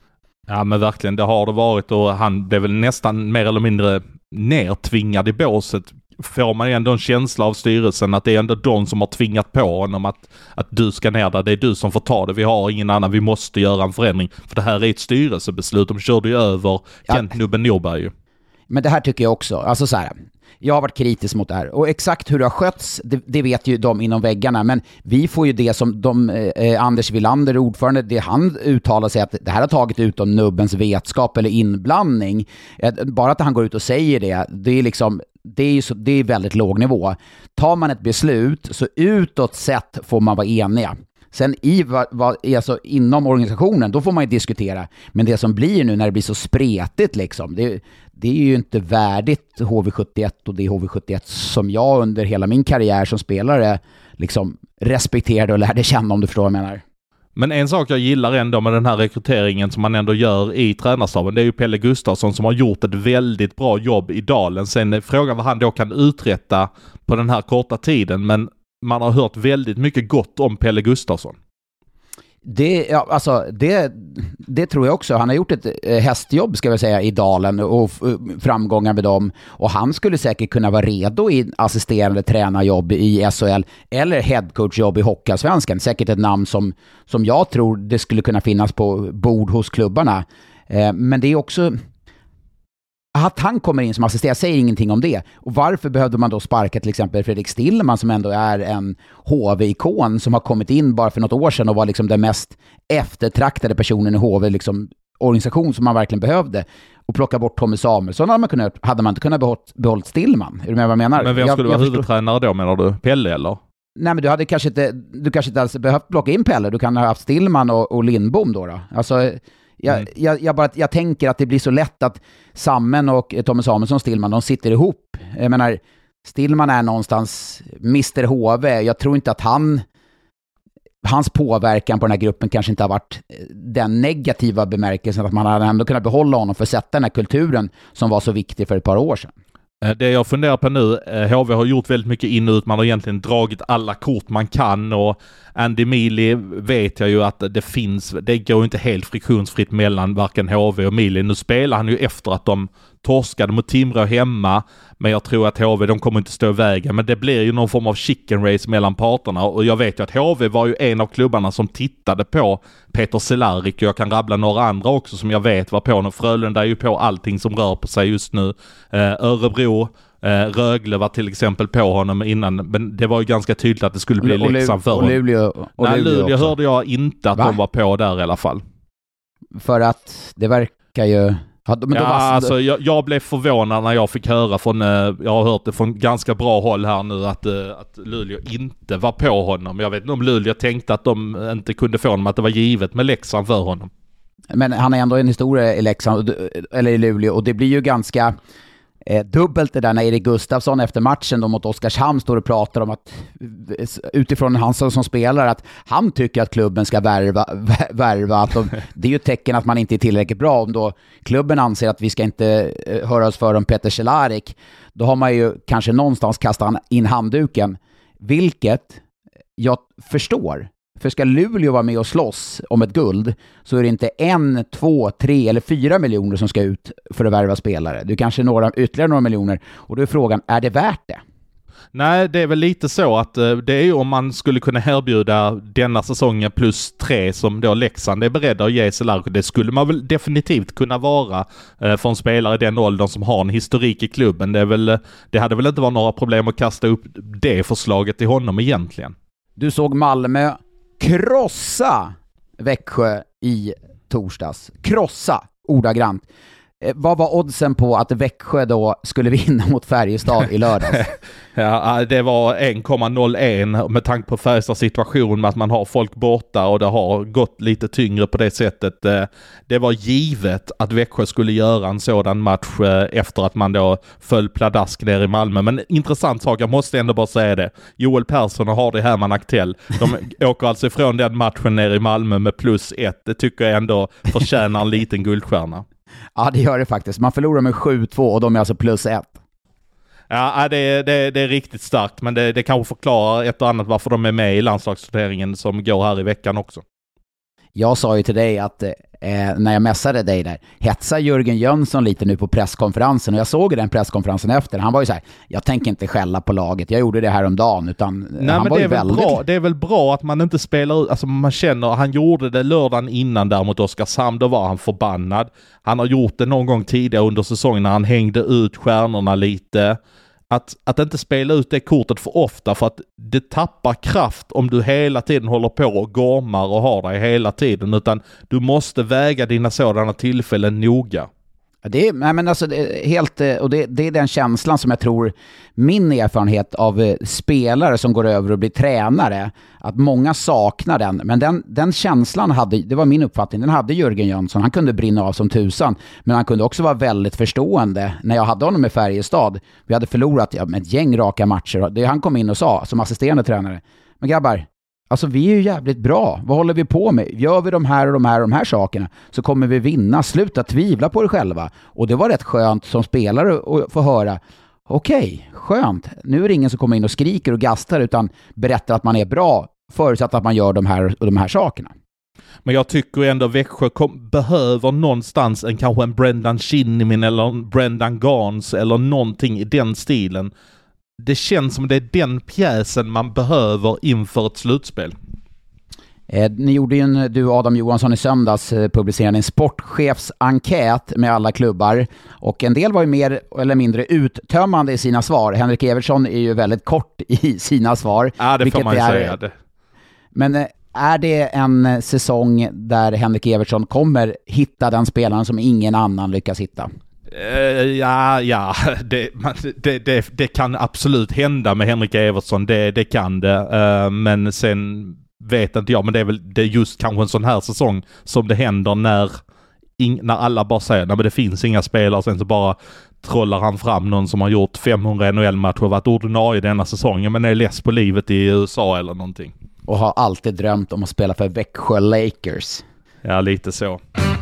Ja, men verkligen, det har det varit och han blev väl nästan mer eller mindre nertvingad i båset. Får man ju ändå en känsla av styrelsen att det är ändå de som har tvingat på honom att, att du ska ner där, det är du som får ta det, vi har ingen annan, vi måste göra en förändring. För det här är ett styrelsebeslut, de körde ju över Kent ja. Nubben Norberg ju. Men det här tycker jag också, alltså så här, jag har varit kritisk mot det här. Och exakt hur det har skötts, det, det vet ju de inom väggarna. Men vi får ju det som de, eh, Anders Wilander, ordförande, det han uttalar sig att det här har tagit ut om Nubbens vetskap eller inblandning. Eh, bara att han går ut och säger det, det är liksom, det är ju så, det är väldigt låg nivå. Tar man ett beslut så utåt sett får man vara eniga. Sen i vad, vad, alltså inom organisationen, då får man ju diskutera. Men det som blir nu när det blir så spretigt liksom, det, det är ju inte värdigt H V sjuttioett och det är H V sjuttioett som jag under hela min karriär som spelare liksom respekterade och lärde känna, om du förstår vad jag menar. Men en sak jag gillar ändå med den här rekryteringen som man ändå gör i tränarstaben, det är ju Pelle Gustafsson som har gjort ett väldigt bra jobb i Dalen. Sen är frågan vad han då kan uträtta på den här korta tiden, men man har hört väldigt mycket gott om Pelle Gustafsson. Det, ja, alltså, det, det tror jag också. Han har gjort ett eh, hästjobb ska vi säga i Dalen och f- framgångar med dem. Och han skulle säkert kunna vara redo i assisterande tränarjobb i S H L eller headcoachjobb i Hockeyallsvenskan. Säkert ett namn som, som jag tror det skulle kunna finnas på bord hos klubbarna. Eh, men det är också att han kommer in som assisterande, säger ingenting om det. Och varför behövde man då sparka till exempel Fredrik Stillman som ändå är en H V-ikon som har kommit in bara för något år sedan och var liksom den mest eftertraktade personen i H V, liksom organisation som man verkligen behövde. Och plocka bort Tommy Samuelsson hade man, kunnat, hade man inte kunnat behållit, behållit Stillman. Är du med vad jag menar? Men vem skulle jag, vara jag huvudtränare då, menar du? Pelle eller? Nej, men du hade kanske inte, du kanske inte alls behövt plocka in Pelle. Du kan ha haft Stillman och, och Lindbom då. då. Alltså... Jag, mm. jag, jag, bara, jag tänker att det blir så lätt att Sammen och Tommy Samuelsson och Stillman, de sitter ihop. Jag menar, Stillman är någonstans mister H V. Jag tror inte att han hans påverkan på den här gruppen kanske inte har varit den negativa bemärkelsen, att man hade ändå kunnat behålla honom för att sätta den här kulturen som var så viktig för ett par år sedan. Det jag funderar på nu, H V har gjort väldigt mycket in och ut, man har egentligen dragit alla kort man kan, och Andy Mili vet jag ju att det finns, det går inte helt friktionsfritt mellan varken H V och Mili. Nu spelar han ju efter att de torskade mot Timrå hemma, men jag tror att H V, de kommer inte stå i vägen, men det blir ju någon form av chicken race mellan parterna, och jag vet ju att H V var ju en av klubbarna som tittade på Peter Cehlarik, och jag kan rabbla några andra också som jag vet var på honom. Frölunda är ju på allting som rör på sig just nu. Eh, Örebro, eh, Rögle var till exempel på honom innan, men det var ju ganska tydligt att det skulle bli och, Leksand för och honom. Luleå, och Nej, Luleå Luleå hörde jag inte att Va? de var på där i alla fall. För att det verkar ju... Ja, men ja, var... alltså, jag, jag blev förvånad när jag fick höra från, eh, jag har hört det från ganska bra håll här nu, att, eh, att Luleå inte var på honom. Jag vet inte om Luleå tänkte att de inte kunde få honom, att det var givet med Leksand för honom. Men han är ändå en historia i Leksand, eller i Luleå, och det blir ju ganska eh, dubbelt det där när Erik Gustafsson efter matchen då mot Oskarshamn står och pratar om att utifrån han som, som spelar, att han tycker att klubben ska värva, värva att de, det är ju ett tecken att man inte är tillräckligt bra. Om då klubben anser att vi ska inte eh, höra oss för om Peter Cehlarik, då har man ju kanske någonstans kastat in handduken, vilket jag förstår. För ska Luleå vara med och slåss om ett guld, så är det inte en, två, tre eller fyra miljoner som ska ut för att värva spelare. Det är kanske några, ytterligare några miljoner. Och då är frågan, är det värt det? Nej, det är väl lite så att det är ju om man skulle kunna erbjuda denna säsongen plus tre som då Leksand är beredda att ge Cehlarik. Det skulle man väl definitivt kunna vara för en spelare i den åldern som har en historik i klubben. Det, är väl, det hade väl inte varit några problem att kasta upp det förslaget till honom egentligen. Du såg Malmö krossa Växjö i torsdags. Krossa, ordagrant. Eh, vad var oddsen på att Växjö då skulle vinna mot Färjestad i lördags? Ja, det var en komma noll ett med tanke på Färjestads situation med att man har folk borta och det har gått lite tyngre på det sättet. Det var givet att Växjö skulle göra en sådan match efter att man då föll pladask ner i Malmö. Men intressant sak, jag måste ändå bara säga det. Joel Persson och Hardy Herman Aktell, de åker alltså ifrån den matchen ner i Malmö med plus ett. Det tycker jag ändå förtjänar en liten guldstjärna. Ja, det gör det faktiskt. Man förlorar med sju två och de är alltså plus ett. Ja, det, det, det är riktigt starkt, men det, det kanske förklarar ett och annat varför de är med i landslagsturneringen som går här i veckan också. Jag sa ju till dig att eh, när jag messade dig där, hetsar Jörgen Jönsson lite nu på presskonferensen, och jag såg den presskonferensen efter. Han var ju så här, jag tänker inte skälla på laget, jag gjorde det här om dagen, utan Nej, han men var det ju är väl väldigt... bra. Det är väl bra att man inte spelar ut, alltså man känner, han gjorde det lördagen innan där mot Oskarshamn, då var han förbannad. Han har gjort det någon gång tidigare under säsongen när han hängde ut stjärnorna lite. Att, att inte spela ut det kortet för ofta, för att det tappar kraft om du hela tiden håller på och gormar och har dig hela tiden, utan du måste väga dina sådana tillfällen noga. Det är, nej men alltså, det är helt, och det, det är den känslan som jag tror, min erfarenhet av spelare som går över och blir tränare, att många saknar den, men den, den känslan hade, det var min uppfattning, den hade Jörgen Jönsson. Han kunde brinna av som tusan, men han kunde också vara väldigt förstående. När jag hade honom i Färjestad, vi hade förlorat ja, med ett gäng raka matcher, det han kom in och sa som assisterande tränare, men grabbar, alltså vi är ju jävligt bra. Vad håller vi på med? Gör vi de här och de här och de här sakerna så kommer vi vinna. Sluta tvivla på er själva. Och det var rätt skönt som spelare att få höra. Okej, skönt. Nu är det ingen som kommer in och skriker och gastar utan berättar att man är bra förutsatt att man gör de här och de här sakerna. Men jag tycker ändå Växjö kom, behöver någonstans en kanske en Brendan Shinnimin eller en Brendan Gans eller någonting i den stilen. Det känns som det är den pjäsen man behöver inför ett slutspel. Eh, ni gjorde ju en, du Adam Johansson i söndags eh, publicerade en sportchefsenkät med alla klubbar, och en del var ju mer eller mindre uttömmande i sina svar. Henrik Evertsson är ju väldigt kort i sina svar. Ja, det får man ju är, säga. Det. Men eh, är det en säsong där Henrik Evertsson kommer hitta den spelaren som ingen annan lyckas hitta? Uh, ja, ja, det, det, det, det kan absolut hända med Henrik Evertsson, det, det kan det. Uh, men sen vet inte jag, men det är väl det är just kanske en sån här säsong som det händer när, in, när alla bara säger nej men det finns inga spelare, sen så bara trollar han fram någon som har gjort femhundra N H L-matcher och varit ordinarie denna säsongen men är less på livet i U S A eller någonting. och har alltid drömt om att spela för Växjö Lakers. Ja, lite så.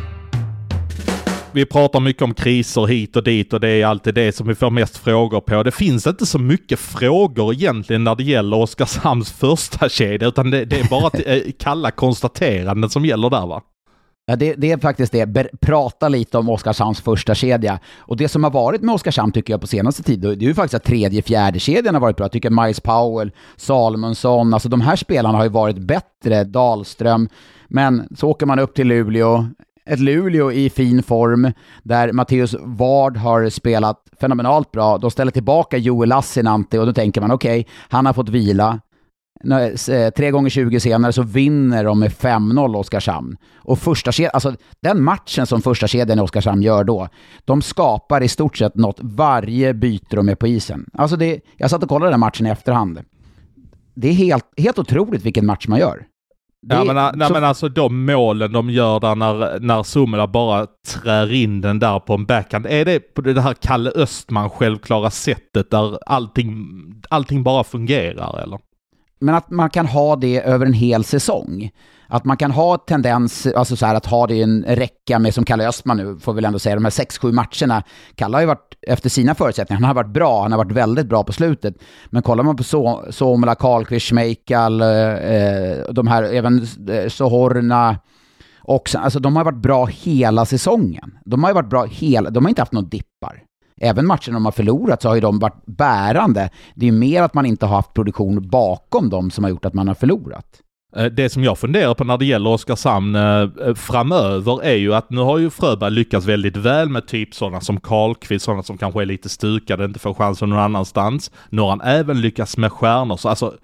Vi pratar mycket om kriser hit och dit och det är alltid det som vi får mest frågor på. Det finns inte så mycket frågor egentligen när det gäller Oskarshamns första kedja, utan det, det är bara t- kalla konstateranden som gäller där, va? Ja, det, det är faktiskt det. Ber- prata lite om Oskarshamns första kedja. Och det som har varit med Oskarshamn tycker jag på senaste tid, det är ju faktiskt att tredje, fjärde kedjan har varit bra. Jag tycker Miles Powell, Salomonsson, alltså de här spelarna har ju varit bättre, Dahlström. Men så åker man upp till Luleå, ett Luleå i fin form, där Matteus Ward har spelat fenomenalt bra. De ställer tillbaka Joel Lassinantti och då tänker man okej, okay, han har fått vila. Tre gånger tjugo senare så vinner de med fem noll Oskarshamn. Och första kedjan, alltså den matchen som första kedjan i Oskarshamn gör då, de skapar i stort sett något varje byte de är på isen. Alltså det, jag satt och kollade den matchen i efterhand. Det är helt, helt otroligt vilken match man gör. Det, ja, men, nej, så... men alltså de målen de gör där när, när Suomela bara trär in den där på en backhand. Är det på det här Kalle Östman självklara sättet där allting, allting bara fungerar, eller? Men att man kan ha det över en hel säsong. Att man kan ha tendens, alltså så här, att ha det i en räcka med, som Kalle Östman nu, får väl ändå säga, de här sex sju matcherna. Kalle har ju varit, efter sina förutsättningar, han har varit bra, han har varit väldigt bra på slutet. Men kollar man på så, Suomela, Karlqvist, Schmeichel, eh, de här, även eh, Sohorna, också, alltså de har varit bra hela säsongen. De har ju varit bra hela, de har inte haft någon dippar. Även matchen de har förlorat så har ju de varit bärande. Det är ju mer att man inte har haft produktion bakom dem som har gjort att man har förlorat. Det som jag funderar på när det gäller Oskarshamn eh, framöver är ju att nu har ju Fröberg lyckats väldigt väl med typ sådana som Karlqvist, sådana som kanske är lite stukade, inte får chansen någon annanstans. Nu har han även lyckats med stjärnor. Så alltså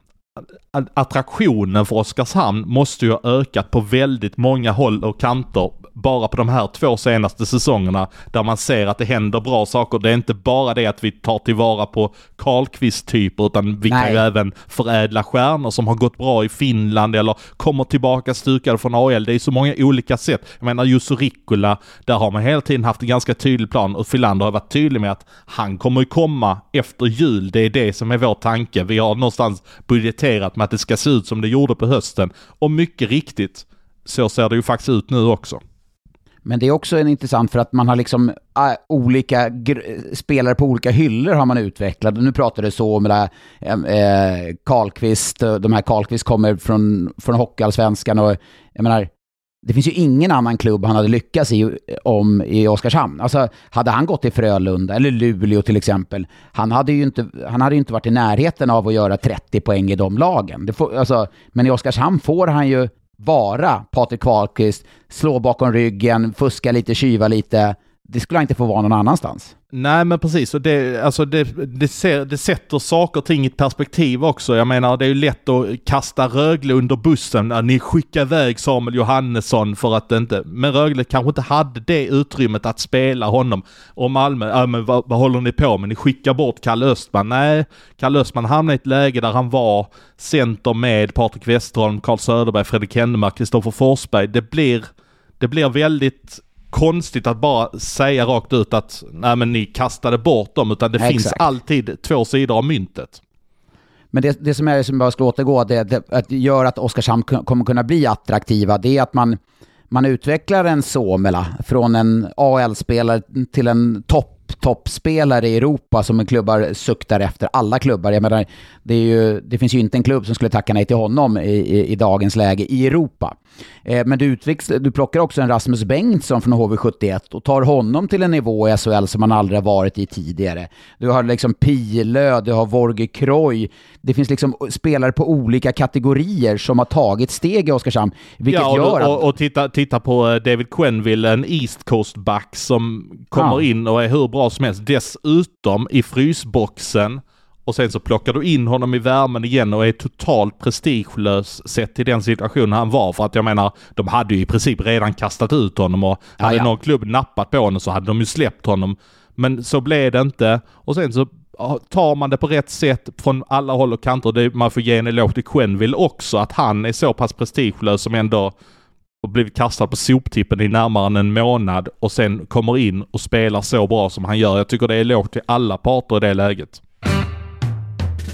attraktionen för Oskarshamn måste ju ha ökat på väldigt många håll och kanter bara på de här två senaste säsongerna, där man ser att det händer bra saker. Det är inte bara det att vi tar tillvara på Karlqvist-typer, utan vi Nej. kan ju även förädla stjärnor som har gått bra i Finland eller kommer tillbaka stukade från A L. Det är så många olika sätt. Jag menar, Jussi Rikkola, där har man hela tiden haft en ganska tydlig plan, och Filander har varit tydlig med att han kommer ju komma efter jul. Det är det som är vår tanke. Vi har någonstans budgeterat med att det ska se ut som det gjorde på hösten, och mycket riktigt så ser det ju faktiskt ut nu också. Men det är också en intressant för att man har liksom äh, olika gr- spelare på olika hyllor har man utvecklat. Nu pratar det så om det äh, Karlqvist, de här Karlqvist kommer från, från Hockeyallsvenskan, och jag menar, det finns ju ingen annan klubb han hade lyckats i, om i Oskarshamn. Alltså hade han gått till Frölunda eller Luleå till exempel, han hade ju inte, han hade ju inte varit i närheten av att göra trettio poäng i de lagen. Det får, alltså, men i Oskarshamn får han ju vara Patrik Karlqvist, slå bakom ryggen, fuska lite, kyva lite. Det skulle inte få vara någon annanstans. Nej, men precis. Och det, alltså det, det, ser, det sätter saker och ting i ett perspektiv också. Jag menar, det är ju lätt att kasta Rögle under bussen. Ni skickar iväg Samuel Johannesson för att det inte... Men Rögle kanske inte hade det utrymmet att spela honom. Och Malmö, ja, men vad, vad håller ni på med? Ni skickar bort Kalle Östman. Nej, Kalle Östman hamnade i ett läge där han var center med Patrik Westerholm, Carl Söderberg, Fredrik Hennemark, Kristoffer Forsberg. Det blir, det blir väldigt... konstigt att bara säga rakt ut att nej, men ni kastade bort dem, utan det ja, finns exakt. alltid två sidor av myntet. Men det, det som jag som bara ska återgå, det, det att gör att Oskarshamn kommer kunna bli attraktiva, det är att man, man utvecklar en Suomela från en A L-spelare till en topp toppspelare i Europa som en klubbar suktar efter. Alla klubbar, jag menar, det, är ju, det finns ju inte en klubb som skulle tacka nej till honom i, i, i dagens läge i Europa. Eh, men du, utvecklar, du plockar också en Rasmus Bengtsson från H V sjuttioett och tar honom till en nivå i S H L som man aldrig har varit i tidigare. Du har liksom Pilö, du har Vorge Kroy. Det finns liksom spelare på olika kategorier som har tagit steg i Oskarshamn. Vilket ja, och, gör att... och, och titta, titta på David Quenneville, en East Coast-back som kommer ja. in och är hur bra som helst. Dessutom i frysboxen, och sen så plockar du in honom i värmen igen och är totalt prestigelös sett till den situationen han var. För att jag menar, de hade ju i princip redan kastat ut honom, och ja, hade ja. någon klubb nappat på honom så hade de ju släppt honom. Men så blev det inte. Och sen så tar man det på rätt sätt från alla håll och kanter. Det, man får ge en eloge till Quenneville också, att han är så pass prestigelös som ändå och blivit kastad på soptippen i närmare än en månad och sen kommer in och spelar så bra som han gör. Jag tycker det är eloge till alla parter i det läget.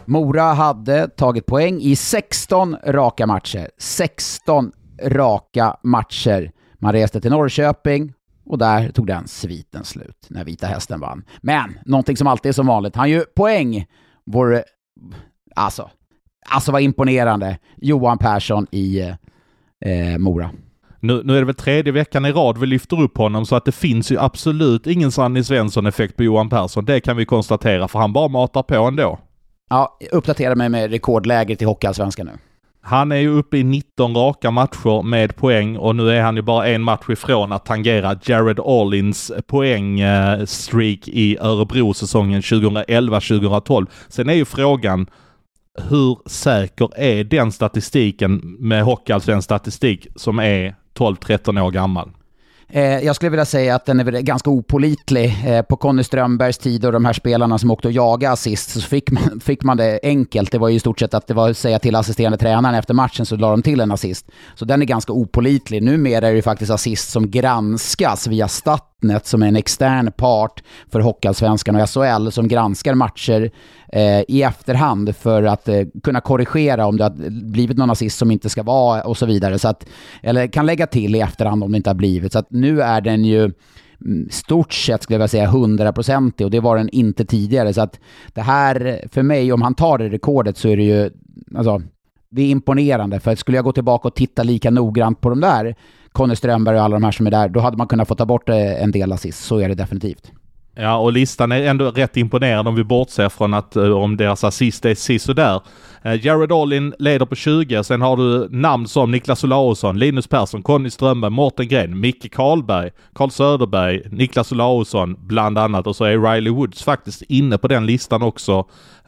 Mora hade tagit poäng i sexton raka matcher. sexton raka matcher. Man reste till Norrköping och där tog den sviten slut när Vita Hästen vann. Men någonting som alltid är som vanligt. Han gör poäng. Vår, alltså, alltså var imponerande. Johan Persson i eh, Mora. Nu, nu är det väl tredje veckan i rad vi lyfter upp honom, så att det finns ju absolut ingen Sanny Svensson-effekt på Johan Persson. Det kan vi konstatera, för han bara matar på ändå. Ja, uppdatera mig med rekordläget i Hockeyallsvenskan nu. Han är ju uppe i nitton raka matcher med poäng och nu är han ju bara en match ifrån att tangera Jared Orlins poängstreak i Örebro-säsongen tjugoelva tjugohundratolv. Sen är ju frågan, hur säker är den statistiken med Hockeyallsvensk statistik som är tolv tretton år gammal? Eh, jag skulle vilja säga att den är ganska opålitlig. Eh, på Conny Strömbergs tid och de här spelarna som åkte och jagade assist, så fick man, fick man det enkelt. Det var ju i stort sett att det var att säga till assisterande tränaren efter matchen, så la de till en assist. Så den är ganska opålitlig. Numera är det ju faktiskt assist som granskas via Statnet, som är en extern part för Hockeyallsvenskan och S H L, som granskar matcher eh, i efterhand för att eh, kunna korrigera om det har blivit någon assist som inte ska vara och så vidare. Så att, eller kan lägga till i efterhand om det inte har blivit. Så att nu är den ju stort sett, skulle jag vilja säga, hundra procent, och det var den inte tidigare. Så att det här, för mig, om han tar det rekordet, så är det ju, alltså, det är imponerande. För skulle jag gå tillbaka och titta lika noggrant på de där, Conny Strömberg och alla de här som är där, då hade man kunnat få ta bort en del assist. Så är det definitivt. Ja, och listan är ändå rätt imponerande om vi bortser från att om deras assist är sist och där. Jared Orlin leder på tjugo, sen har du namn som Niklas Olausson, Linus Persson, Conny Strömberg, Mårten Gren, Micke Karlberg, Carl Söderberg, Niklas Olausson bland annat, och så är Riley Woods faktiskt inne på den listan också,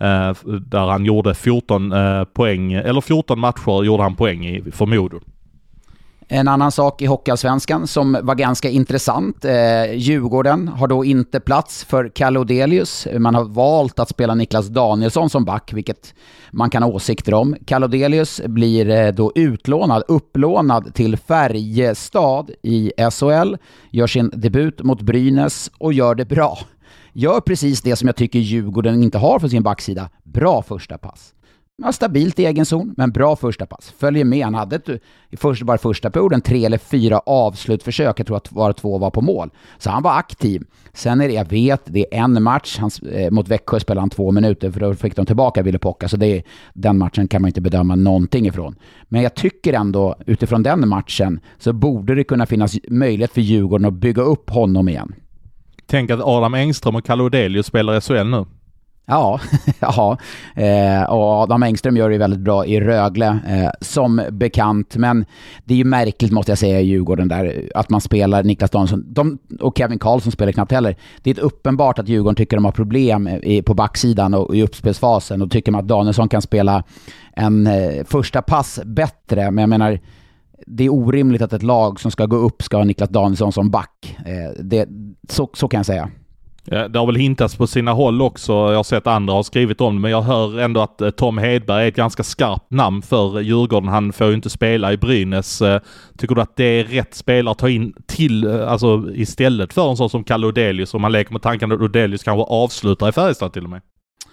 där han gjorde fjorton poäng, eller fjorton matcher gjorde han poäng i för Modo. En annan sak i Hockeyallsvenskan som var ganska intressant. Eh, Djurgården har då inte plats för Kalle Odelius. Man har valt att spela Niklas Danielsson som back, vilket man kan ha åsikter om. Kalle Odelius blir eh, då utlånad, upplånad till Färjestad i S H L. Gör sin debut mot Brynäs och gör det bra. Gör precis det som jag tycker Djurgården inte har för sin backsida. Bra första pass. Ja, stabilt i egen zon, men bra första pass. Följer med. Han hade ett, i första, bara första perioden tre eller fyra avslutförsök. Jag tror att var två var på mål. Så han var aktiv. Sen är det, jag vet, det är en match. Han, eh, mot Växjö spelade han två minuter, för då fick de tillbaka Ville Pocka. Så det är, den matchen kan man inte bedöma någonting ifrån. Men jag tycker ändå, utifrån den matchen, så borde det kunna finnas möjlighet för Djurgården att bygga upp honom igen. Tänk att Adam Engström och Kalle Odelius spelar i S H L nu. Ja, ja. Eh, och Adam Engström gör det väldigt bra i Rögle eh, som bekant, men det är ju märkligt, måste jag säga, i Djurgården där, att man spelar Niklas Danielsson de, och Kevin Karlsson spelar knappt heller. Det är ett uppenbart att Djurgården tycker de har problem i, på backsidan och i uppspelsfasen, och tycker man att Danielsson kan spela en eh, första pass bättre, men jag menar, det är orimligt att ett lag som ska gå upp ska ha Niklas Danielsson som back. Eh, det, så, så kan jag säga. Ja, det har väl hintats på sina håll också. Jag har sett andra har skrivit om det, men jag hör ändå att Tom Hedberg är ett ganska skarpt namn för Djurgården. Han får ju inte spela i Brynäs. Tycker du att det är rätt spelare att ta in till, alltså istället för en sån som Kalle Odelius, om man leker med tanken att Odelius kanske avslutar i Färjestad till och med?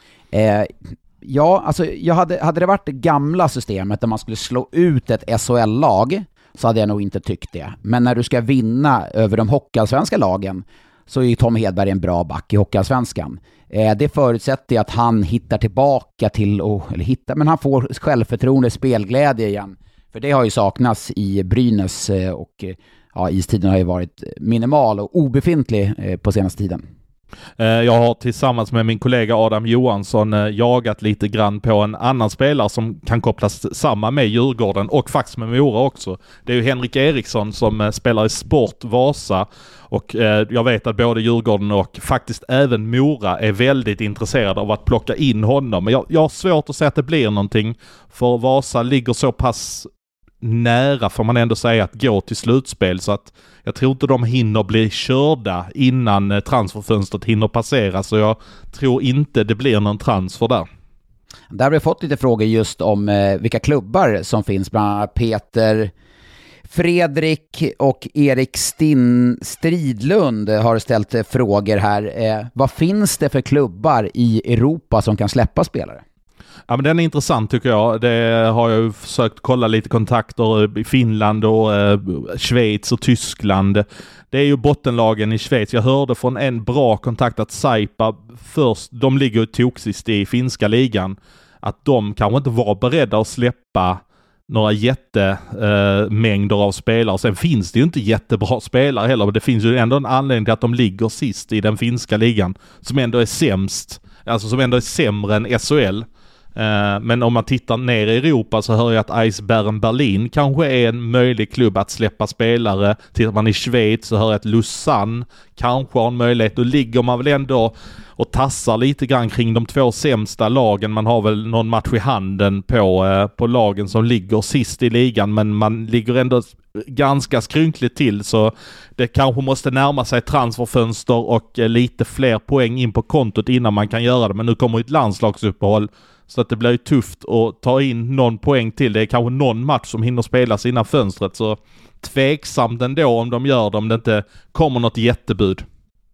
Eh, ja, alltså jag hade, hade det varit det gamla systemet där man skulle slå ut ett S H L-lag, så hade jag nog inte tyckt det. Men när du ska vinna över de hockeyallsvenska lagen, så är ju Tom Hedberg en bra back i Hockeyallsvenskan. Eh, det förutsätter att han hittar tillbaka till, oh, eller hittar, men han får självförtroende, spelglädje igen. För det har ju saknats i Brynäs eh, och ja, istiden har ju varit minimal och obefintlig eh, på senaste tiden. Jag har tillsammans med min kollega Adam Johansson jagat lite grann på en annan spelare som kan kopplas samman med Djurgården och faktiskt med Mora också. Det är ju Henrik Eriksson som spelar i Sport Vasa, och jag vet att både Djurgården och faktiskt även Mora är väldigt intresserade av att plocka in honom. Men jag, jag har svårt att säga att det blir någonting, för Vasa ligger så pass nära, får man ändå säga, att gå till slutspel, så att jag tror inte de hinner bli körda innan transferfönstret hinner passera, så jag tror inte det blir någon transfer där. Där har vi fått lite frågor just om eh, vilka klubbar som finns, bland annat Peter Fredrik och Erik Stin Stridlund har ställt frågor här. Eh, vad finns det för klubbar i Europa som kan släppa spelare? Ja, men den är intressant tycker jag. Det har jag ju försökt kolla lite kontakter i Finland och eh, Schweiz och Tyskland. Det är ju bottenlagen i Schweiz. Jag hörde från en bra kontakt att Saipa först, de ligger ju toksist i finska ligan, att de kanske inte var beredda att släppa några jättemängder eh, av spelare. Sen finns det ju inte jättebra spelare heller, men det finns ju ändå en anledning till att de ligger sist i den finska ligan, som ändå är sämst, alltså som ändå är sämre än S H L. Eh, men om man tittar ner i Europa så hör jag att Eisbären Berlin kanske är en möjlig klubb att släppa spelare. Tittar man i Schweiz så hör jag att Lausanne kanske har en möjlighet. Då ligger man väl ändå och tassar lite grann kring de två sämsta lagen. Man har väl någon match i handen på, eh, på lagen som ligger sist i ligan, men man ligger ändå ganska skrynkligt till, så det kanske måste närma sig transferfönster och eh, lite fler poäng in på kontot innan man kan göra det. Men nu kommer ett landslagsuppehåll, så att det blir ju tufft att ta in någon poäng till. Det är kanske någon match som hinner spelas innan fönstret, så tveksamt ändå om de gör det, om det inte kommer något jättebud.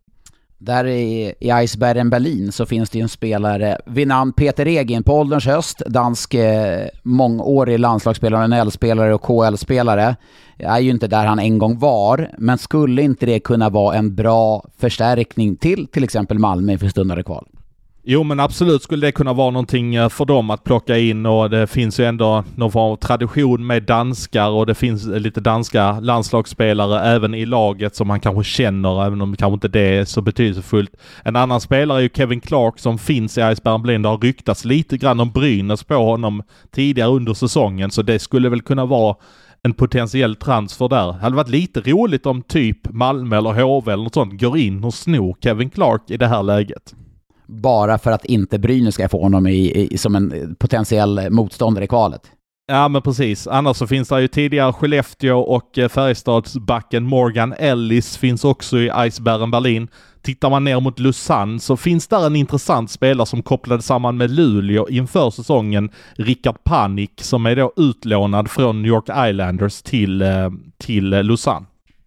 Där i, i Eisbären Berlin så finns det ju en spelare vid namn Peter Egin på ålderns höst, dansk eh, mångårig landslagsspelare, N L-spelare och K L-spelare. Är ju inte där han en gång var, men skulle inte det kunna vara en bra förstärkning till till exempel Malmö för stundande kval? Jo, men absolut skulle det kunna vara någonting för dem att plocka in, och det finns ju ändå någon form av tradition med danskar, och det finns lite danska landslagsspelare även i laget som man kanske känner, även om kanske inte det är så betydelsefullt. En annan spelare är ju Kevin Clark som finns i Eisbären Berlin. Det har ryktats lite grann om Brynäs på honom tidigare under säsongen, så det skulle väl kunna vara en potentiell transfer där. Det hade varit lite roligt om typ Malmö eller H V eller något sånt går in och snor Kevin Clark i det här läget. Bara för att inte Brynäs ska få honom i, i, som en potentiell motståndare i kvalet. Ja, men precis. Annars så finns det ju tidigare Skellefteå och Färjestadsbacken Morgan Ellis finns också i Eisbären Berlin. Tittar man ner mot Lausanne så finns där en intressant spelare som kopplade samman med Luleå inför säsongen, Rickard Panik, som är då utlånad från New York Islanders till, till Lausanne.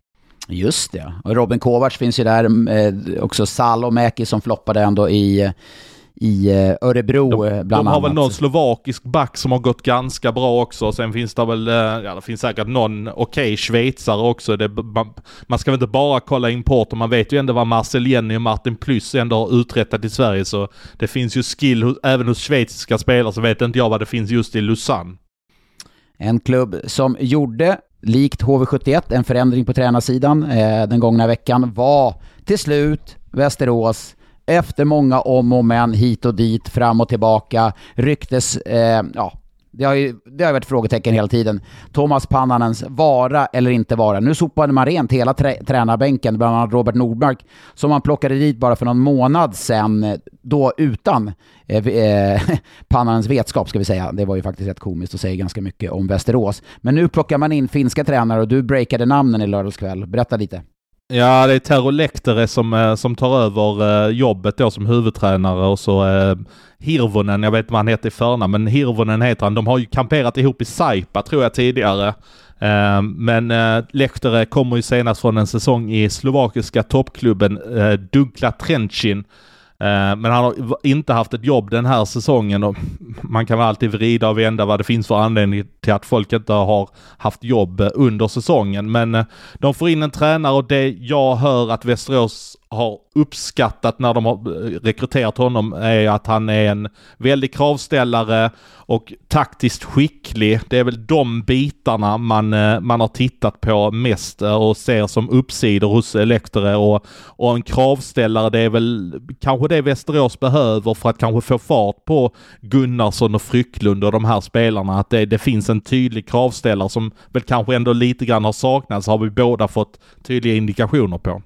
Just det. Och Robin Kovacs finns ju där, eh, också Salomäki som floppade ändå i, i Örebro de, bland de har annat. väl någon slovakisk back som har gått ganska bra också. Sen finns det väl, ja, det finns säkert någon okej okay, schweizare också. Det, man, man ska väl inte bara kolla import, och man vet ju ändå vad Marcel Jenny och Martin Plus ändå har uträttat i Sverige, så det finns ju skill hos, även hos schweiziska spelare, så vet inte jag vad det finns just i Lausanne. En klubb som gjorde likt H V sjuttioett en förändring på tränarsidan eh, den gångna veckan var till slut Västerås. Efter många om och men hit och dit, fram och tillbaka, ryktes, eh, ja, det har ju det har varit frågetecken hela tiden. Thomas Pannanens vara eller inte vara. Nu sopade man rent hela trä- tränarbänken, bland annat Robert Nordmark, som man plockade dit bara för någon månad sedan, då utan eh, eh, Pannanens vetskap, ska vi säga. Det var ju faktiskt rätt komiskt att säga ganska mycket om Västerås. Men nu plockar man in finska tränare, och du breakade namnen i lördagskväll. Berätta lite. Ja, det är Tero Lehtere som, som tar över jobbet då som huvudtränare, och så eh, Hirvonen, jag vet inte vad han heter i förna, men Hirvonen heter han. De har ju kamperat ihop i Saipa tror jag tidigare. Eh, men eh, Lehtere kommer ju senast från en säsong i slovakiska toppklubben eh, Dukla Trencin. Men han har inte haft ett jobb den här säsongen, och man kan väl alltid vrida och vända vad det finns för anledning till att folk inte har haft jobb under säsongen. Men de får in en tränare, och det jag hör att Västerås har uppskattat när de har rekryterat honom är att han är en väldigt kravställare och taktiskt skicklig. Det är väl de bitarna man, man har tittat på mest och ser som uppsidor hos Lehtere, och, och en kravställare, det är väl kanske det Västerås behöver för att kanske få fart på Gunnarsson och Frycklund och de här spelarna, att det, det finns en tydlig kravställare som väl kanske ändå lite grann har saknats, har vi båda fått tydliga indikationer på.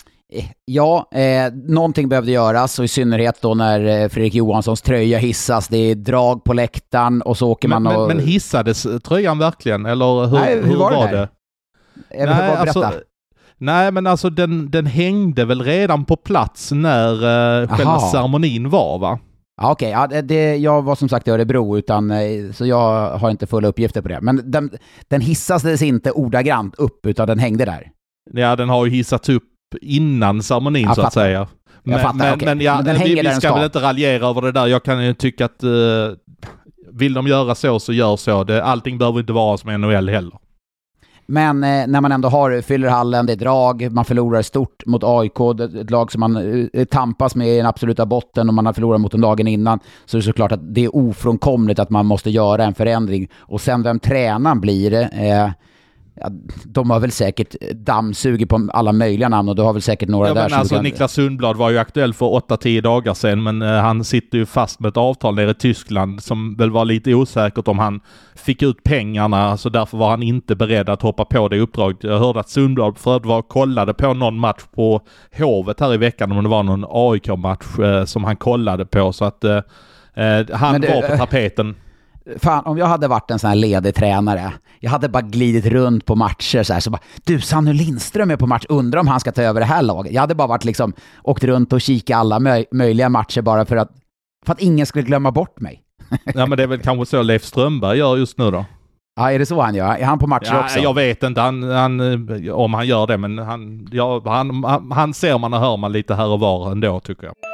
Ja, eh, någonting behövde göras, och i synnerhet då när eh, Fredrik Johanssons tröja hissas. Det är drag på läktaren och så åker men, man och... Men, men hissades tröjan verkligen? Eller hur, Nej, hur, hur var, var det? det? Nej, alltså, nej, men alltså den, den hängde väl redan på plats när eh, själva ceremonin var, va? Ja, okej. Okay. Ja, det, jag var som sagt i Örebro, utan, så jag har inte fulla uppgifter på det. Men den, den hissades inte ordagrant upp, utan den hängde där. Ja, den har ju hissats upp innan ceremonin, ja, så att säga. Jag men, fattar, men, okay. men, ja, men den vi, hänger vi där den ska ska. väl inte raljera över det där. Jag kan ju tycka att uh, vill de göra så så gör så. Det, allting behöver inte vara som N H L heller. Men eh, när man ändå har fyller hallen, det är drag, man förlorar stort mot A I K, ett lag som man eh, tampas med i den absoluta botten och man har förlorat mot den dagen innan, så är det såklart att det är ofrånkomligt att man måste göra en förändring. Och sen vem tränaren blir, eh, ja, de har väl säkert dammsugit på alla möjliga namn och du har väl säkert några ja, där. Men alltså, kan... Niklas Sundblad var ju aktuell för åtta till tio dagar sedan, men eh, han sitter ju fast med ett avtal nere i Tyskland som väl var lite osäkert om han fick ut pengarna, så därför var han inte beredd att hoppa på det uppdraget. Jag hörde att Sundblad förut var och kollade på någon match på Hovet här i veckan, om det var någon A I K-match eh, som han kollade på, så att eh, han det, var på tapeten. Fan, om jag hade varit en sån här ledig tränare, jag hade bara glidit runt på matcher så här, så bara, du, Sanny Lindström är på match, undrar om han ska ta över det här laget. Jag hade bara varit liksom, åkt runt och kika alla möj- möjliga matcher bara för att, för att ingen skulle glömma bort mig. Ja, men det är väl kanske så Leif Strömberg gör just nu då. Ja, är det så han gör? Är han på matcher ja, också? Jag vet inte han, han, om han gör det, men han, ja, han, han, han ser man och hör man lite här och var ändå, tycker jag.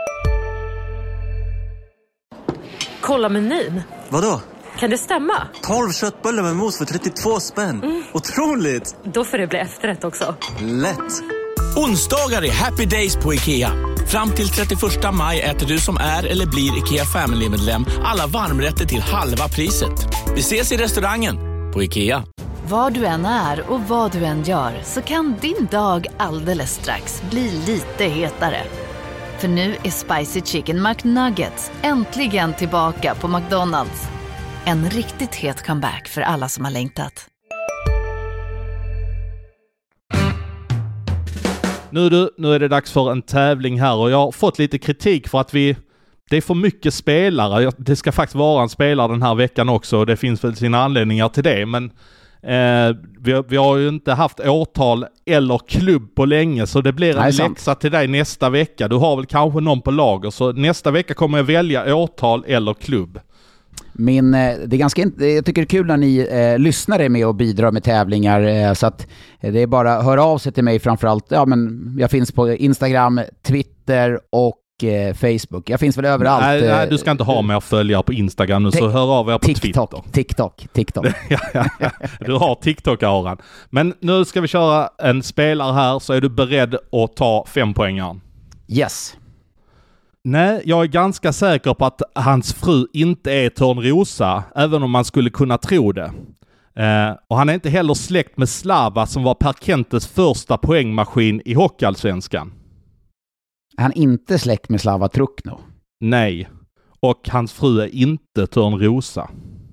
Kolla menyn. Vadå? Kan det stämma? tolv köttbullar med mos för trettiotvå spänn. Mm. Otroligt! Då får det bli efterrätt också. Lätt! Onsdagar är happy days på IKEA. Fram till trettioförsta maj äter du som är eller blir IKEA Family-medlem alla varmrätter till halva priset. Vi ses i restaurangen på IKEA. Var du än är och vad du än gör så kan din dag alldeles strax bli lite hetare. För nu är Spicy Chicken McNuggets äntligen tillbaka på McDonald's. En riktigt het comeback för alla som har längtat. Nu, du, nu är det dags för en tävling här och jag har fått lite kritik för att vi det är för mycket spelare. Det ska faktiskt vara en spelare den här veckan också och det finns väl sina anledningar till det, men eh, vi, vi har ju inte haft årtal eller klubb på länge, så det blir en Nej, läxa till dig nästa vecka. Du har väl kanske någon på lager, så nästa vecka kommer jag välja årtal eller klubb. Min, det är ganska, jag tycker det är kul när ni eh, lyssnar är med och bidrar med tävlingar, eh, så att eh, det är bara att höra av sig till mig framförallt. Ja, men jag finns på Instagram, Twitter och eh, Facebook. Jag finns väl överallt. Nej, nej, du ska inte ha mer följare på Instagram nu, så hör av er på TikTok, Twitter. TikTok, TikTok. ja, ja, ja. Du har TikTok-aran. Men nu ska vi köra en spelare här, så är du beredd att ta fem poängaren? Yes. Nej, jag är ganska säker på att hans fru inte är Törnrosa, även om man skulle kunna tro det. Eh, och han är inte heller släkt med Slava som var Per Kentes första poängmaskin i Hockeyallsvenskan. Han är inte släkt med Slava Trukno? Nej. Och hans fru är inte Törnrosa.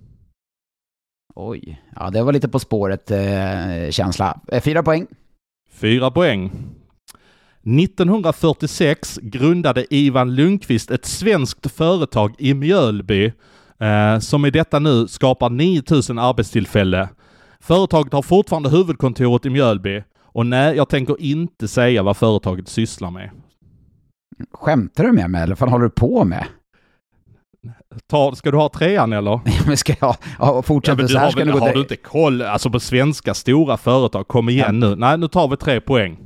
Oj, ja det var lite på spåret eh, känsla. Eh, fyra poäng. Fyra poäng. nittonhundrafyrtiosex grundade Ivan Lundqvist ett svenskt företag i Mjölby eh, som i detta nu skapar nio tusen arbetstillfällen. Företaget har fortfarande huvudkontoret i Mjölby och nej, jag tänker inte säga vad företaget sysslar med. Skämtar du med mig eller vad håller du på med? Ta, ska du ha trean eller? men ska jag ja, fortsätta ja, så här? Har, ska väl, du har du inte koll alltså på svenska stora företag? Kom igen ja. nu. Nej, nu tar vi tre poäng.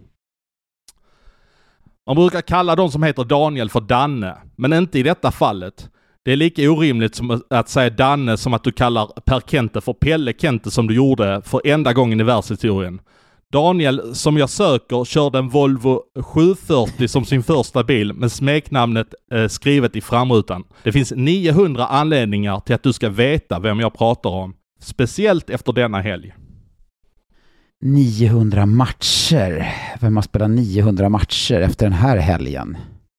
Man brukar kalla de som heter Daniel för Danne, men inte i detta fallet. Det är lika orimligt som att säga Danne som att du kallar Per Kente för Pelle Kente som du gjorde för enda gången i världshistorien. Daniel, som jag söker, körde en Volvo sjuhundrafyrtio som sin första bil med smeknamnet eh, skrivet i framrutan. Det finns niohundra anledningar till att du ska veta vem jag pratar om, speciellt efter denna helg. niohundra matcher. Vem har spelat niohundra matcher efter den här helgen?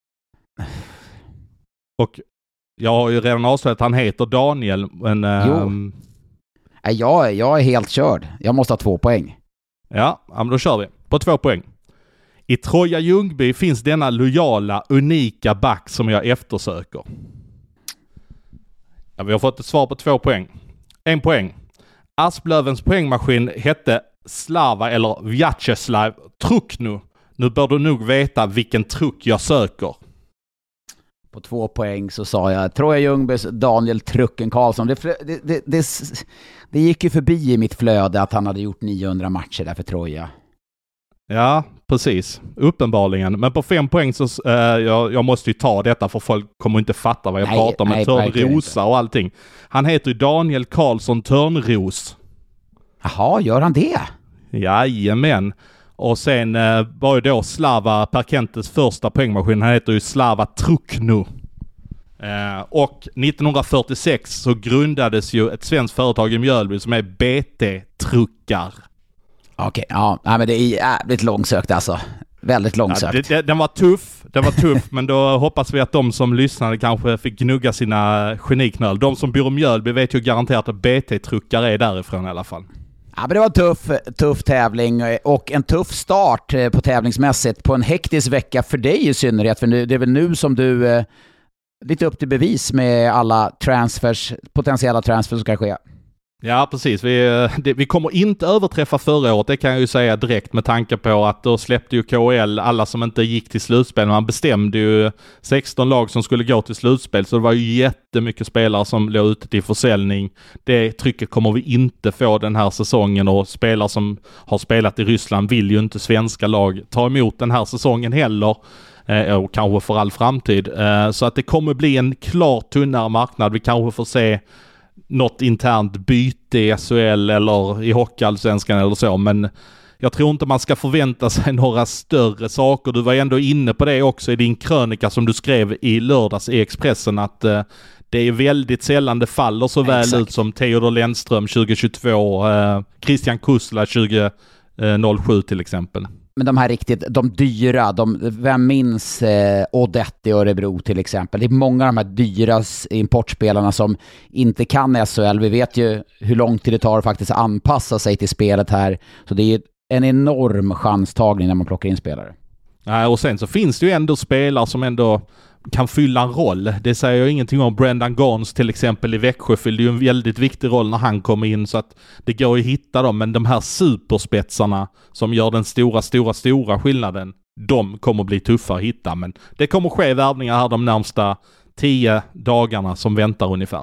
Och jag har ju redan avslöjat att han heter Daniel. Men, ähm... jag, jag är helt körd. Jag måste ha två poäng. Ja, men då kör vi. På två poäng. I Troja Ljungby finns denna lojala, unika back som jag eftersöker. Ja, vi har fått ett svar på två poäng. En poäng. Asplövens poängmaskin hette Slava eller Vyacheslav Trukno. Nu bör du nog veta vilken truck jag söker. På två poäng så sa jag Troja Ljungbys Daniel Trucken Karlsson. Det, det, det, det, det gick ju förbi i mitt flöde att han hade gjort niohundra matcher där för Troja. Ja, precis. Uppenbarligen. Men på fem poäng så uh, jag, jag måste ju ta detta för folk kommer inte fatta vad jag nej, pratar om. Nej, Törnrosa och allting. Han heter ju Daniel Karlsson Törnros. Jaha, gör han det? Jajamän. Och sen uh, var ju då Slava Perkentes första poängmaskin. Han heter ju Slava Truknu. Uh, och nittonhundrafyrtiosex så grundades ju ett svenskt företag i Mjölby som är B T-truckar. Okej, ja, men det är jävligt långsökt alltså. Väldigt långsökt. Ja, det, det, den var tuff, den var tuff men då hoppas vi att de som lyssnade kanske fick gnugga sina geniknöl. De som bor i Mjölby vet ju garanterat att B T-truckar är därifrån i alla fall. Ja, men det var en tuff, tuff tävling och en tuff start på tävlingsmässigt på en hektisk vecka för dig i synnerhet. För det är väl nu som du lite upp till bevis med alla transfers, potentiella transfers som ska ske. Ja, precis. Vi, det, vi kommer inte överträffa förra året, det kan jag ju säga direkt med tanke på att då släppte ju K H L alla som inte gick till slutspel. Man bestämde ju sexton lag som skulle gå till slutspel, så det var ju jättemycket spelare som låg ute till försäljning. Det trycket kommer vi inte få den här säsongen och spelare som har spelat i Ryssland vill ju inte svenska lag ta emot den här säsongen heller. Och kanske för all framtid. Så att det kommer bli en klart tunnare marknad. Vi kanske får se något internt byte i S H L eller i Hockeyallsvenskan eller så, men jag tror inte man ska förvänta sig några större saker. Du var ändå inne på det också i din krönika som du skrev i lördags i Expressen, att uh, det är väldigt sällan det faller så väl Exakt. ut som Theodor Lennström tjugohundratjugotvå, uh, Christian Kusla tjugohundrasju till exempel. Men de här riktigt, de dyra, de, vem minns eh, Odette i Örebro till exempel? Det är många av de här dyra importspelarna som inte kan S H L. Vi vet ju hur lång tid det tar att faktiskt anpassa sig till spelet här. Så det är en enorm chanstagning när man plockar in spelare. Ja, och sen så finns det ju ändå spelare som ändå kan fylla en roll. Det säger jag ingenting om. Brendan Gaunce till exempel i Växjö fyllde ju en väldigt viktig roll när han kom in, så att det går att hitta dem. Men de här superspetsarna som gör den stora, stora, stora skillnaden, de kommer bli tuffa att hitta. Men det kommer ske värvningar här de närmsta tio dagarna som väntar ungefär.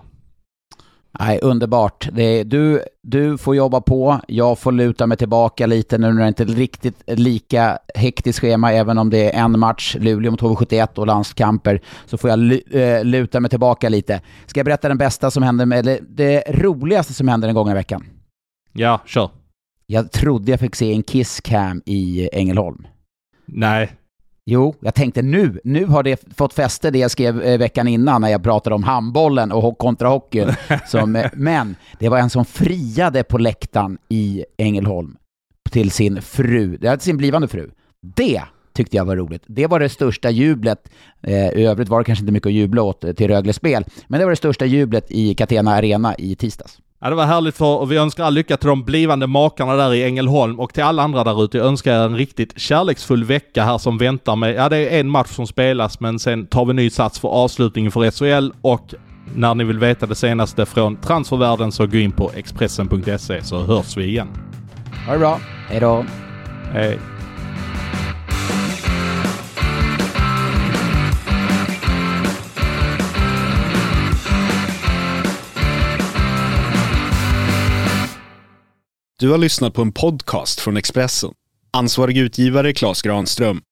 Nej, underbart. Det är, du, du får jobba på. Jag får luta mig tillbaka lite nu när det inte är riktigt lika hektiskt schema, även om det är en match, Luleå mot H V sjuttioett och landskamper, så får jag luta mig tillbaka lite. Ska jag berätta den bästa som hände, med, eller det roligaste som hände den gången i veckan? Ja, kör. Jag trodde jag fick se en kisscam i Ängelholm. Nej. Jo, jag tänkte nu, nu har det fått fäste det jag skrev eh, veckan innan när jag pratade om handbollen och kontra hockeyn. Som, eh, men det var en som friade på läktaren i Ängelholm till sin fru, det är sin blivande fru. Det tyckte jag var roligt. Det var det största jublet. Eh, I övrigt var det kanske inte mycket att jubla åt eh, till Rögle spel, men det var det största jublet i Catena Arena i tisdags. Ja, det var härligt för, och vi önskar all lycka till de blivande makarna där i Ängelholm och till alla andra där ute. Jag önskar er en riktigt kärleksfull vecka här som väntar med. Ja, det är en match som spelas, men sen tar vi ny sats för avslutningen för S H L, och när ni vill veta det senaste från transfervärlden så gå in på expressen punkt se så hörs vi igen. Ha det bra. Hej då. Hej. Du har lyssnat på en podcast från Expressen. Ansvarig utgivare Claes Granström.